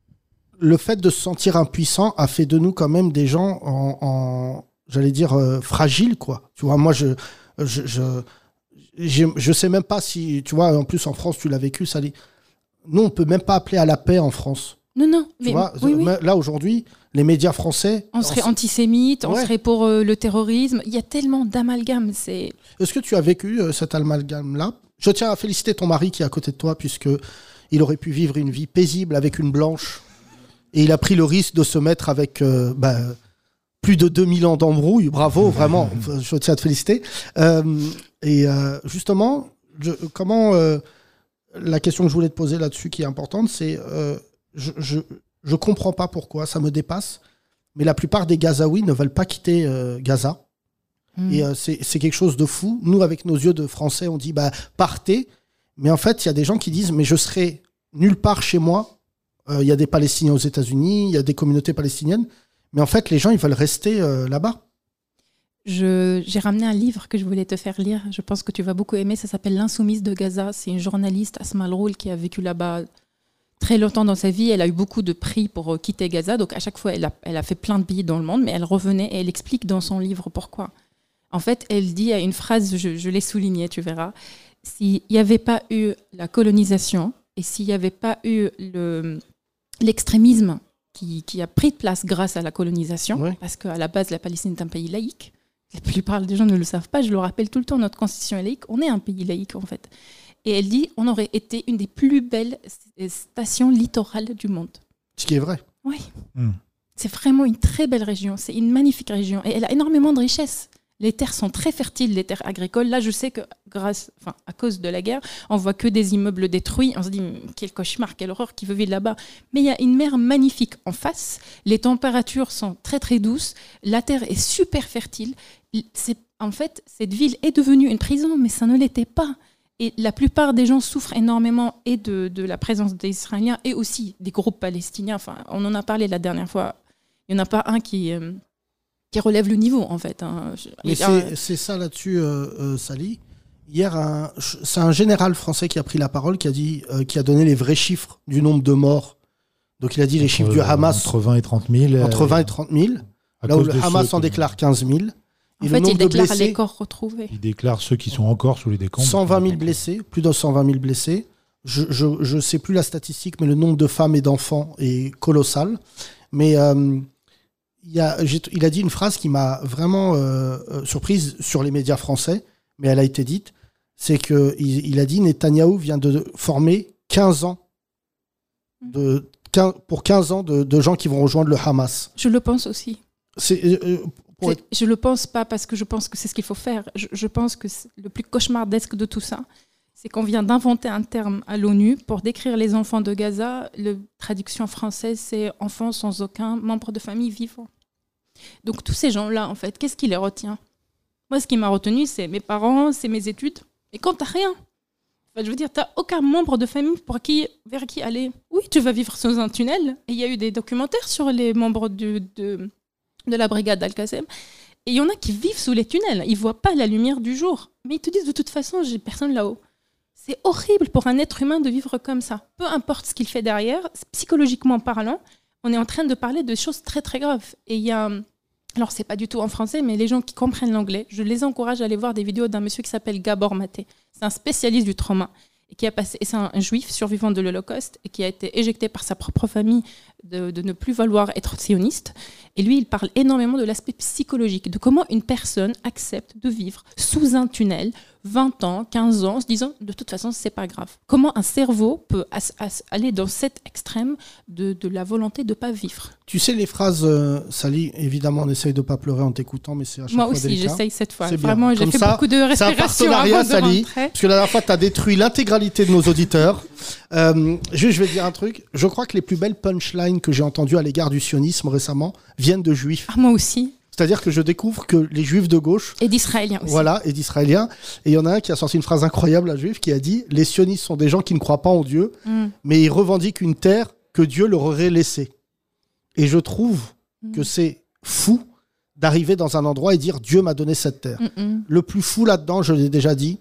le fait de se sentir impuissant a fait de nous quand même des gens en, en j'allais dire, euh, fragiles, quoi. Tu vois, moi, je, je, je, je, je sais même pas si, tu vois, en plus en France, tu l'as vécu, Sally. Nous, on peut même pas appeler à la paix en France.
Non, non.
Tu
mais
vois,
oui, oui.
Là, aujourd'hui, les médias français...
On serait antisémite,
ouais.
on serait pour euh, le terrorisme. Il y a tellement d'amalgames. C'est...
Est-ce que tu as vécu euh, cet amalgame-là? Je tiens à féliciter ton mari qui est à côté de toi, puisqu'il aurait pu vivre une vie paisible avec une blanche. Et il a pris le risque de se mettre avec euh, bah, plus de deux mille ans d'embrouille. Bravo, vraiment. Je tiens à te féliciter. Euh, et euh, justement, je, comment... Euh, la question que je voulais te poser là-dessus, qui est importante, c'est... Euh, je, je, je comprends pas pourquoi, ça me dépasse, mais la plupart des Gazaouis ne veulent pas quitter euh, Gaza. Mmh. Et euh, c'est, c'est quelque chose de fou. Nous, avec nos yeux de Français, on dit bah, partez. Mais en fait, il y a des gens qui disent mais je serai nulle part chez moi. Il euh, y a des Palestiniens aux États-Unis, il y a des communautés palestiniennes. Mais en fait, les gens, ils veulent rester euh, là-bas.
Je, j'ai ramené un livre que je voulais te faire lire. Je pense que tu vas beaucoup aimer. Ça s'appelle L'Insoumise de Gaza. C'est une journaliste, Asma Al-Roul, qui a vécu là-bas très longtemps dans sa vie. Elle a eu beaucoup de prix pour quitter Gaza. Donc, à chaque fois, elle a, elle a fait plein de pays dans le monde, mais elle revenait et elle explique dans son livre pourquoi. En fait, elle dit une phrase, je, je l'ai soulignée, tu verras. S'il n'y avait pas eu la colonisation et s'il n'y avait pas eu le, l'extrémisme qui, qui a pris de place grâce à la colonisation, ouais. parce qu'à la base, la Palestine est un pays laïque. La plupart des gens ne le savent pas. Je le rappelle tout le temps, notre constitution est laïque. On est un pays laïque, en fait. Et elle dit, on aurait été une des plus belles stations littorales du monde.
Ce qui est vrai.
Oui. Mm. C'est vraiment une très belle région. C'est une magnifique région. Et elle a énormément de richesses. Les terres sont très fertiles, les terres agricoles. Là, je sais que grâce, enfin, à cause de la guerre, on voit que des immeubles détruits. On se dit, quel cauchemar, quelle horreur, qui veut vivre là-bas. Mais il y a une mer magnifique en face. Les températures sont très, très douces. La terre est super fertile. C'est, en fait, cette ville est devenue une prison, mais ça ne l'était pas. Et la plupart des gens souffrent énormément et de, de la présence des Israéliens et aussi des groupes palestiniens. Enfin, on en a parlé la dernière fois. Il n'y en a pas un qui... Euh, qui relève le niveau, en fait. Hein.
Mais c'est, un... c'est ça là-dessus, euh, euh, Sally. Hier, un, c'est un général français qui a pris la parole, qui a, dit, euh, qui a donné les vrais chiffres du nombre de morts. Donc il a dit entre, les chiffres du Hamas...
Entre vingt et trente mille.
Entre vingt et trente mille. Là où le Hamas en déclare quinze mille.
En et fait, il déclare blessés, les corps retrouvés.
Il déclare ceux qui sont encore sous les décombres.
cent vingt mille blessés, plus de cent vingt mille blessés. Je ne sais plus la statistique, mais le nombre de femmes et d'enfants est colossal. Mais... Euh, Il a, il a dit une phrase qui m'a vraiment euh, surprise sur les médias français, mais elle a été dite, c'est qu'il il a dit Netanyahou vient de former quinze ans, de, quinze, pour quinze ans de, de gens qui vont rejoindre le Hamas.
Je le pense aussi.
C'est, euh, pour
c'est, être... Je le pense pas parce que je pense que c'est ce qu'il faut faire. Je, je pense que le plus cauchemardesque de tout ça, c'est qu'on vient d'inventer un terme à l'ONU pour décrire les enfants de Gaza. La traduction française, c'est « enfants sans aucun membre de famille vivant ». Donc tous ces gens-là, en fait, qu'est-ce qui les retient ? Moi, ce qui m'a retenu, c'est mes parents, c'est mes études. Et quand t'as rien, enfin, je veux dire, t'as aucun membre de famille pour qui, vers qui aller. Oui, tu vas vivre sous un tunnel. Et il y a eu des documentaires sur les membres de, de, de la brigade Al-Qassem. Et il y en a qui vivent sous les tunnels. Ils voient pas la lumière du jour. Mais ils te disent, de toute façon, j'ai personne là-haut. C'est horrible pour un être humain de vivre comme ça. Peu importe ce qu'il fait derrière, psychologiquement parlant, on est en train de parler de choses très, très graves. Et il y a... Alors, c'est pas du tout en français, mais les gens qui comprennent l'anglais, je les encourage à aller voir des vidéos d'un monsieur qui s'appelle Gabor Maté. C'est un spécialiste du trauma. Et qui a passé, et c'est un, un juif survivant de l'Holocauste et qui a été éjecté par sa propre famille de, de ne plus vouloir être sioniste. Et lui, il parle énormément de l'aspect psychologique, de comment une personne accepte de vivre sous un tunnel vingt ans, quinze ans, en se disant de toute façon, c'est pas grave. Comment un cerveau peut as, as, aller dans cet extrême de, de la volonté de pas vivre.
Tu sais, les phrases, euh, Sally, évidemment, on essaye de pas pleurer en t'écoutant, mais c'est à chaque
Moi
fois
aussi,
délicat.
j'essaye cette fois.
C'est
Vraiment,
bien.
j'ai
Comme
fait
ça,
beaucoup de respiration.
C'est un partenariat,
avant de
Sally,
rentrer.
parce que la dernière fois, tu as détruit l'intégralité de nos auditeurs. Euh, je, je vais te dire un truc. Je crois que les plus belles punchlines que j'ai entendues à l'égard du sionisme récemment viennent de juifs.
Ah, moi aussi.
C'est-à-dire que je découvre que les juifs de gauche...
Et d'israéliens aussi.
Voilà, et d'israéliens. Et il y en a un qui a sorti une phrase incroyable, un juif, qui a dit « Les sionistes sont des gens qui ne croient pas en Dieu, mm. mais ils revendiquent une terre que Dieu leur aurait laissée. » Et je trouve mm. que c'est fou d'arriver dans un endroit et dire « Dieu m'a donné cette terre. Mm-mm. » Le plus fou là-dedans, je l'ai déjà dit,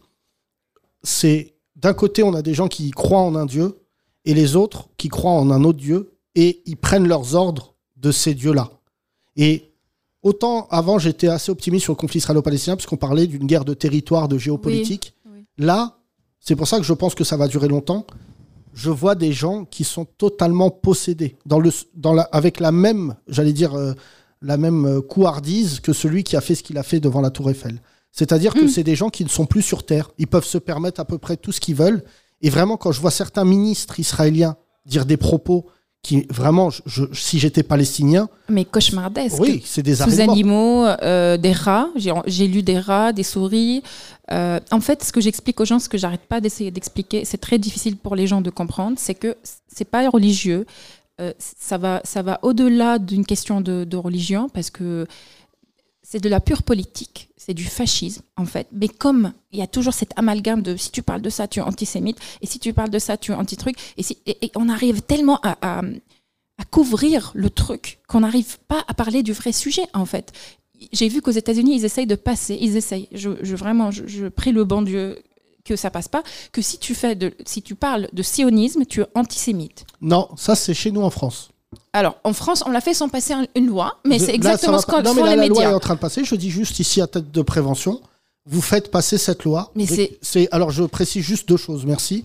c'est d'un côté, on a des gens qui croient en un Dieu, et les autres qui croient en un autre Dieu, et ils prennent leurs ordres de ces dieux-là. Et autant avant, j'étais assez optimiste sur le conflit israélo-palestinien, parce qu'on parlait d'une guerre de territoire, de géopolitique. Oui, oui. Là, c'est pour ça que je pense que ça va durer longtemps. Je vois des gens qui sont totalement possédés, dans le, dans la, avec la même, j'allais dire, euh, la même couardise que celui qui a fait ce qu'il a fait devant la Tour Eiffel. C'est-à-dire mmh. que c'est des gens qui ne sont plus sur Terre. Ils peuvent se permettre à peu près tout ce qu'ils veulent. Et vraiment, quand je vois certains ministres israéliens dire des propos qui, vraiment, je, je, si j'étais palestinien...
Mais cauchemardesque.
Oui, c'est des
Sous animaux, euh, des rats. J'ai, j'ai lu des rats, des souris. Euh, en fait, ce que j'explique aux gens, ce que j'arrête pas d'essayer d'expliquer, c'est très difficile pour les gens de comprendre, c'est que c'est pas religieux. Euh, ça va, ça va au-delà d'une question de, de religion, parce que c'est de la pure politique, c'est du fascisme en fait. Mais comme il y a toujours cet amalgame de si tu parles de ça, tu es antisémite, et si tu parles de ça, tu es anti-truc, et, si, et, et on arrive tellement à, à, à couvrir le truc qu'on n'arrive pas à parler du vrai sujet en fait. J'ai vu qu'aux États-Unis, ils essayent de passer, ils essayent, je, je, vraiment, je, je prie le bon Dieu que ça passe pas, que si tu, fais de, si tu parles de sionisme, tu es antisémite.
Non, ça c'est chez nous en France.
Alors, en France, on l'a fait sans passer une loi, mais c'est exactement
là,
ce qu'en
non,
font
mais là,
les
la
médias.
La loi est en train de passer. Je dis juste ici à tête de prévention, vous faites passer cette loi.
Mais c'est...
c'est... Alors, je précise juste deux choses, merci.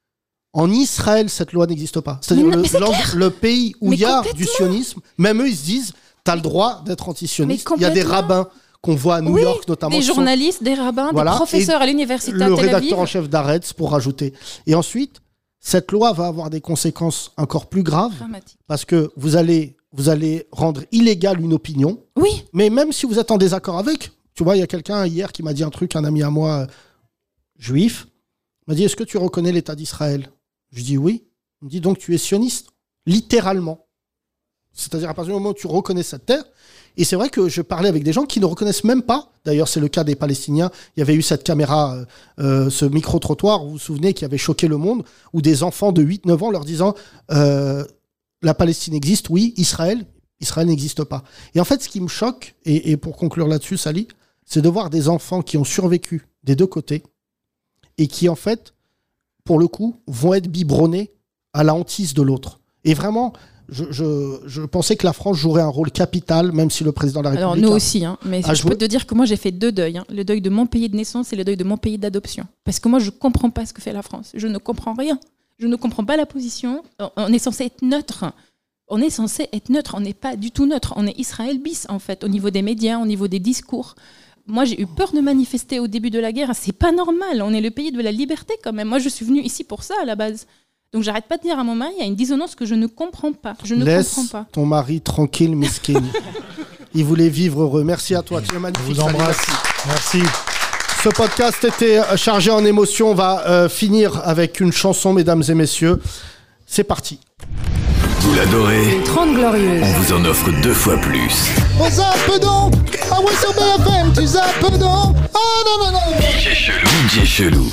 En Israël, cette loi n'existe pas. C'est-à-dire
mais,
le,
mais c'est
le, le pays où il y a du sionisme, même eux, ils se disent, t'as le droit d'être antisioniste. Il y a des rabbins qu'on voit à New
oui,
York notamment.
Des journalistes, sont... des rabbins, voilà, des professeurs à l'université à Tel Aviv.
Le rédacteur en chef d'Aretz, pour rajouter. Et ensuite... Cette loi va avoir des conséquences encore plus graves parce que vous allez, vous allez rendre illégale une opinion.
Oui.
Mais même si vous êtes en désaccord avec, Tu vois, il y a quelqu'un hier qui m'a dit un truc, un ami à moi, euh, juif, m'a dit, est-ce que tu reconnais l'État d'Israël? Je dis oui. Il me dit, donc tu es sioniste? Littéralement. C'est-à-dire à partir du moment où tu reconnais cette terre. Et c'est vrai que je parlais avec des gens qui ne reconnaissent même pas. D'ailleurs, c'est le cas des Palestiniens. Il y avait eu cette caméra, euh, ce micro-trottoir, vous vous souvenez, qui avait choqué le monde, où des enfants de huit neuf ans leur disant euh, la Palestine existe, oui, Israël, Israël n'existe pas. Et en fait, ce qui me choque, et, et pour conclure là-dessus, Sally, c'est de voir des enfants qui ont survécu des deux côtés et qui, en fait, pour le coup, vont être biberonnés à la hantise de l'autre. Et vraiment, je, je, je pensais que la France jouerait un rôle capital, même si le président de la République...
Alors nous aussi, hein, mais je
joué...
peux te dire que moi j'ai fait deux deuils. Hein, le deuil de mon pays de naissance et le deuil de mon pays d'adoption. Parce que moi je ne comprends pas ce que fait la France. Je ne comprends rien. Je ne comprends pas la position. On est censé être neutre. On est censé être neutre. On n'est pas du tout neutre. On est Israël bis, en fait, au niveau des médias, au niveau des discours. Moi, j'ai eu peur de manifester au début de la guerre. C'est pas normal. On est le pays de la liberté, quand même. Moi, je suis venue ici pour ça, à la base. Donc, j'arrête pas de dire à un moment, il y a une dissonance que je ne comprends pas. Je ne
Laisse
comprends pas.
ton mari tranquille, mesquine. Il voulait vivre heureux. Merci à toi. Tu es magnifique.
Je vous embrasse. Merci.
Ce podcast était chargé en émotions. On va euh, finir avec une chanson, mesdames et messieurs. C'est parti.
Vous l'adorez?
Les trente Glorieuses.
On vous en offre deux fois plus.
On zappe donc. Ah ouais, sur B F M, tu zappes donc. Oh non, non, non.
D J Chelou. D J Chelou.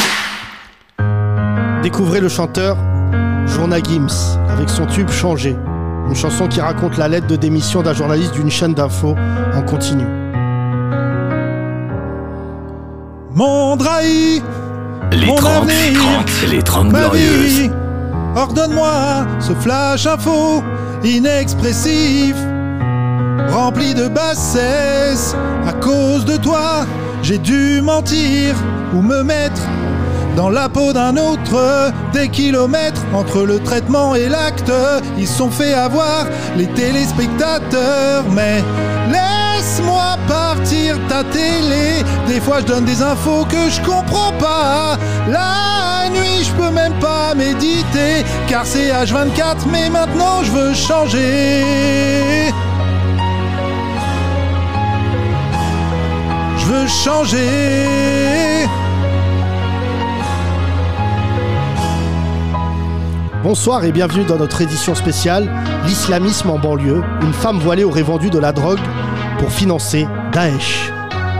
Découvrez le chanteur Journa Gims avec son tube Changé. Une chanson qui raconte la lettre de démission d'un journaliste d'une chaîne d'infos en continu.
Mon drahi,
Les
mon
trente,
avenir,
trente, les trente
ma
glorieuses.
vie, ordonne-moi ce flash info inexpressif, rempli de bassesse. À cause de toi, j'ai dû mentir ou me mettre dans la peau d'un autre. Des kilomètres entre le traitement et l'acte, ils se sont fait avoir les téléspectateurs. Mais laisse-moi partir ta télé. Des fois je donne des infos que je comprends pas. La nuit je peux même pas méditer, car c'est H vingt-quatre. Mais maintenant je veux changer. Je veux changer.
Bonsoir et bienvenue dans notre édition spéciale l'islamisme en banlieue. Une femme voilée aurait vendu de la drogue pour financer Daesh.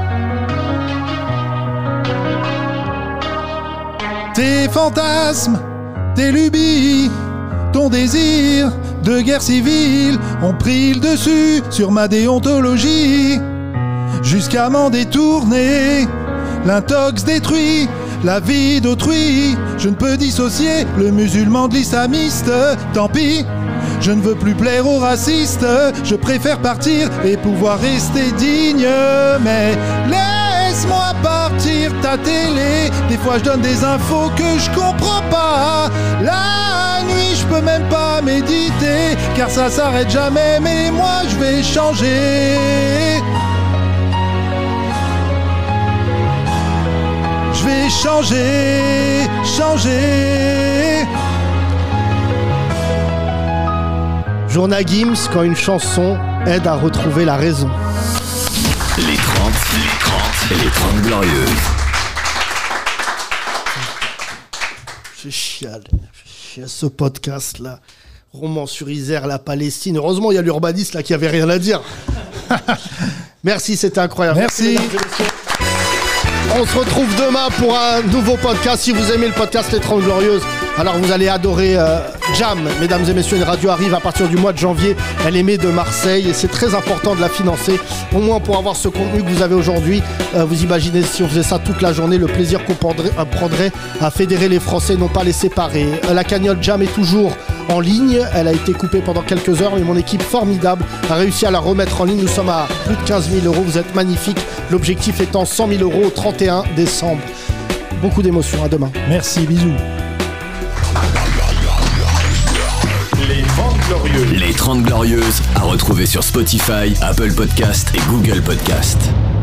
Tes fantasmes, tes lubies, ton désir de guerre civile ont pris le dessus sur ma déontologie. Jusqu'à m'en détourner, l'intox détruit la vie d'autrui. Je ne peux dissocier le musulman de l'islamiste. Tant pis, je ne veux plus plaire aux racistes. Je préfère partir et pouvoir rester digne. Mais laisse-moi partir ta télé. Des fois je donne des infos que je comprends pas. La nuit je peux même pas méditer, car ça s'arrête jamais. Mais moi je vais changer. Je vais changer, changer.
Journa Gims, quand une chanson aide à retrouver la raison.
Les trente, les trente et les trente glorieuses.
Je chiale, je chiale ce podcast-là. Roman sur Isère, la Palestine. Heureusement, il y a l'urbaniste là qui avait rien à dire. Merci, c'était incroyable.
Merci.
On se retrouve demain pour un nouveau podcast. Si vous aimez le podcast Les trente Glorieuses, alors vous allez adorer euh, Jam. Mesdames et messieurs, une radio arrive à partir du mois de janvier. Elle est née de Marseille et c'est très important de la financer. Au moins pour avoir ce contenu que vous avez aujourd'hui. Euh, vous imaginez si on faisait ça toute la journée, le plaisir qu'on prendrait, euh, prendrait à fédérer les Français, non pas les séparer. Euh, la cagnotte Jam est toujours en ligne. Elle a été coupée pendant quelques heures, mais mon équipe formidable a réussi à la remettre en ligne. Nous sommes à plus de quinze mille euros. Vous êtes magnifiques. L'objectif étant cent mille euros au trente et un décembre. Beaucoup d'émotions. À demain.
Merci, bisous.
Les trente glorieuses. Les trente glorieuses à retrouver sur Spotify, Apple Podcast et Google Podcast.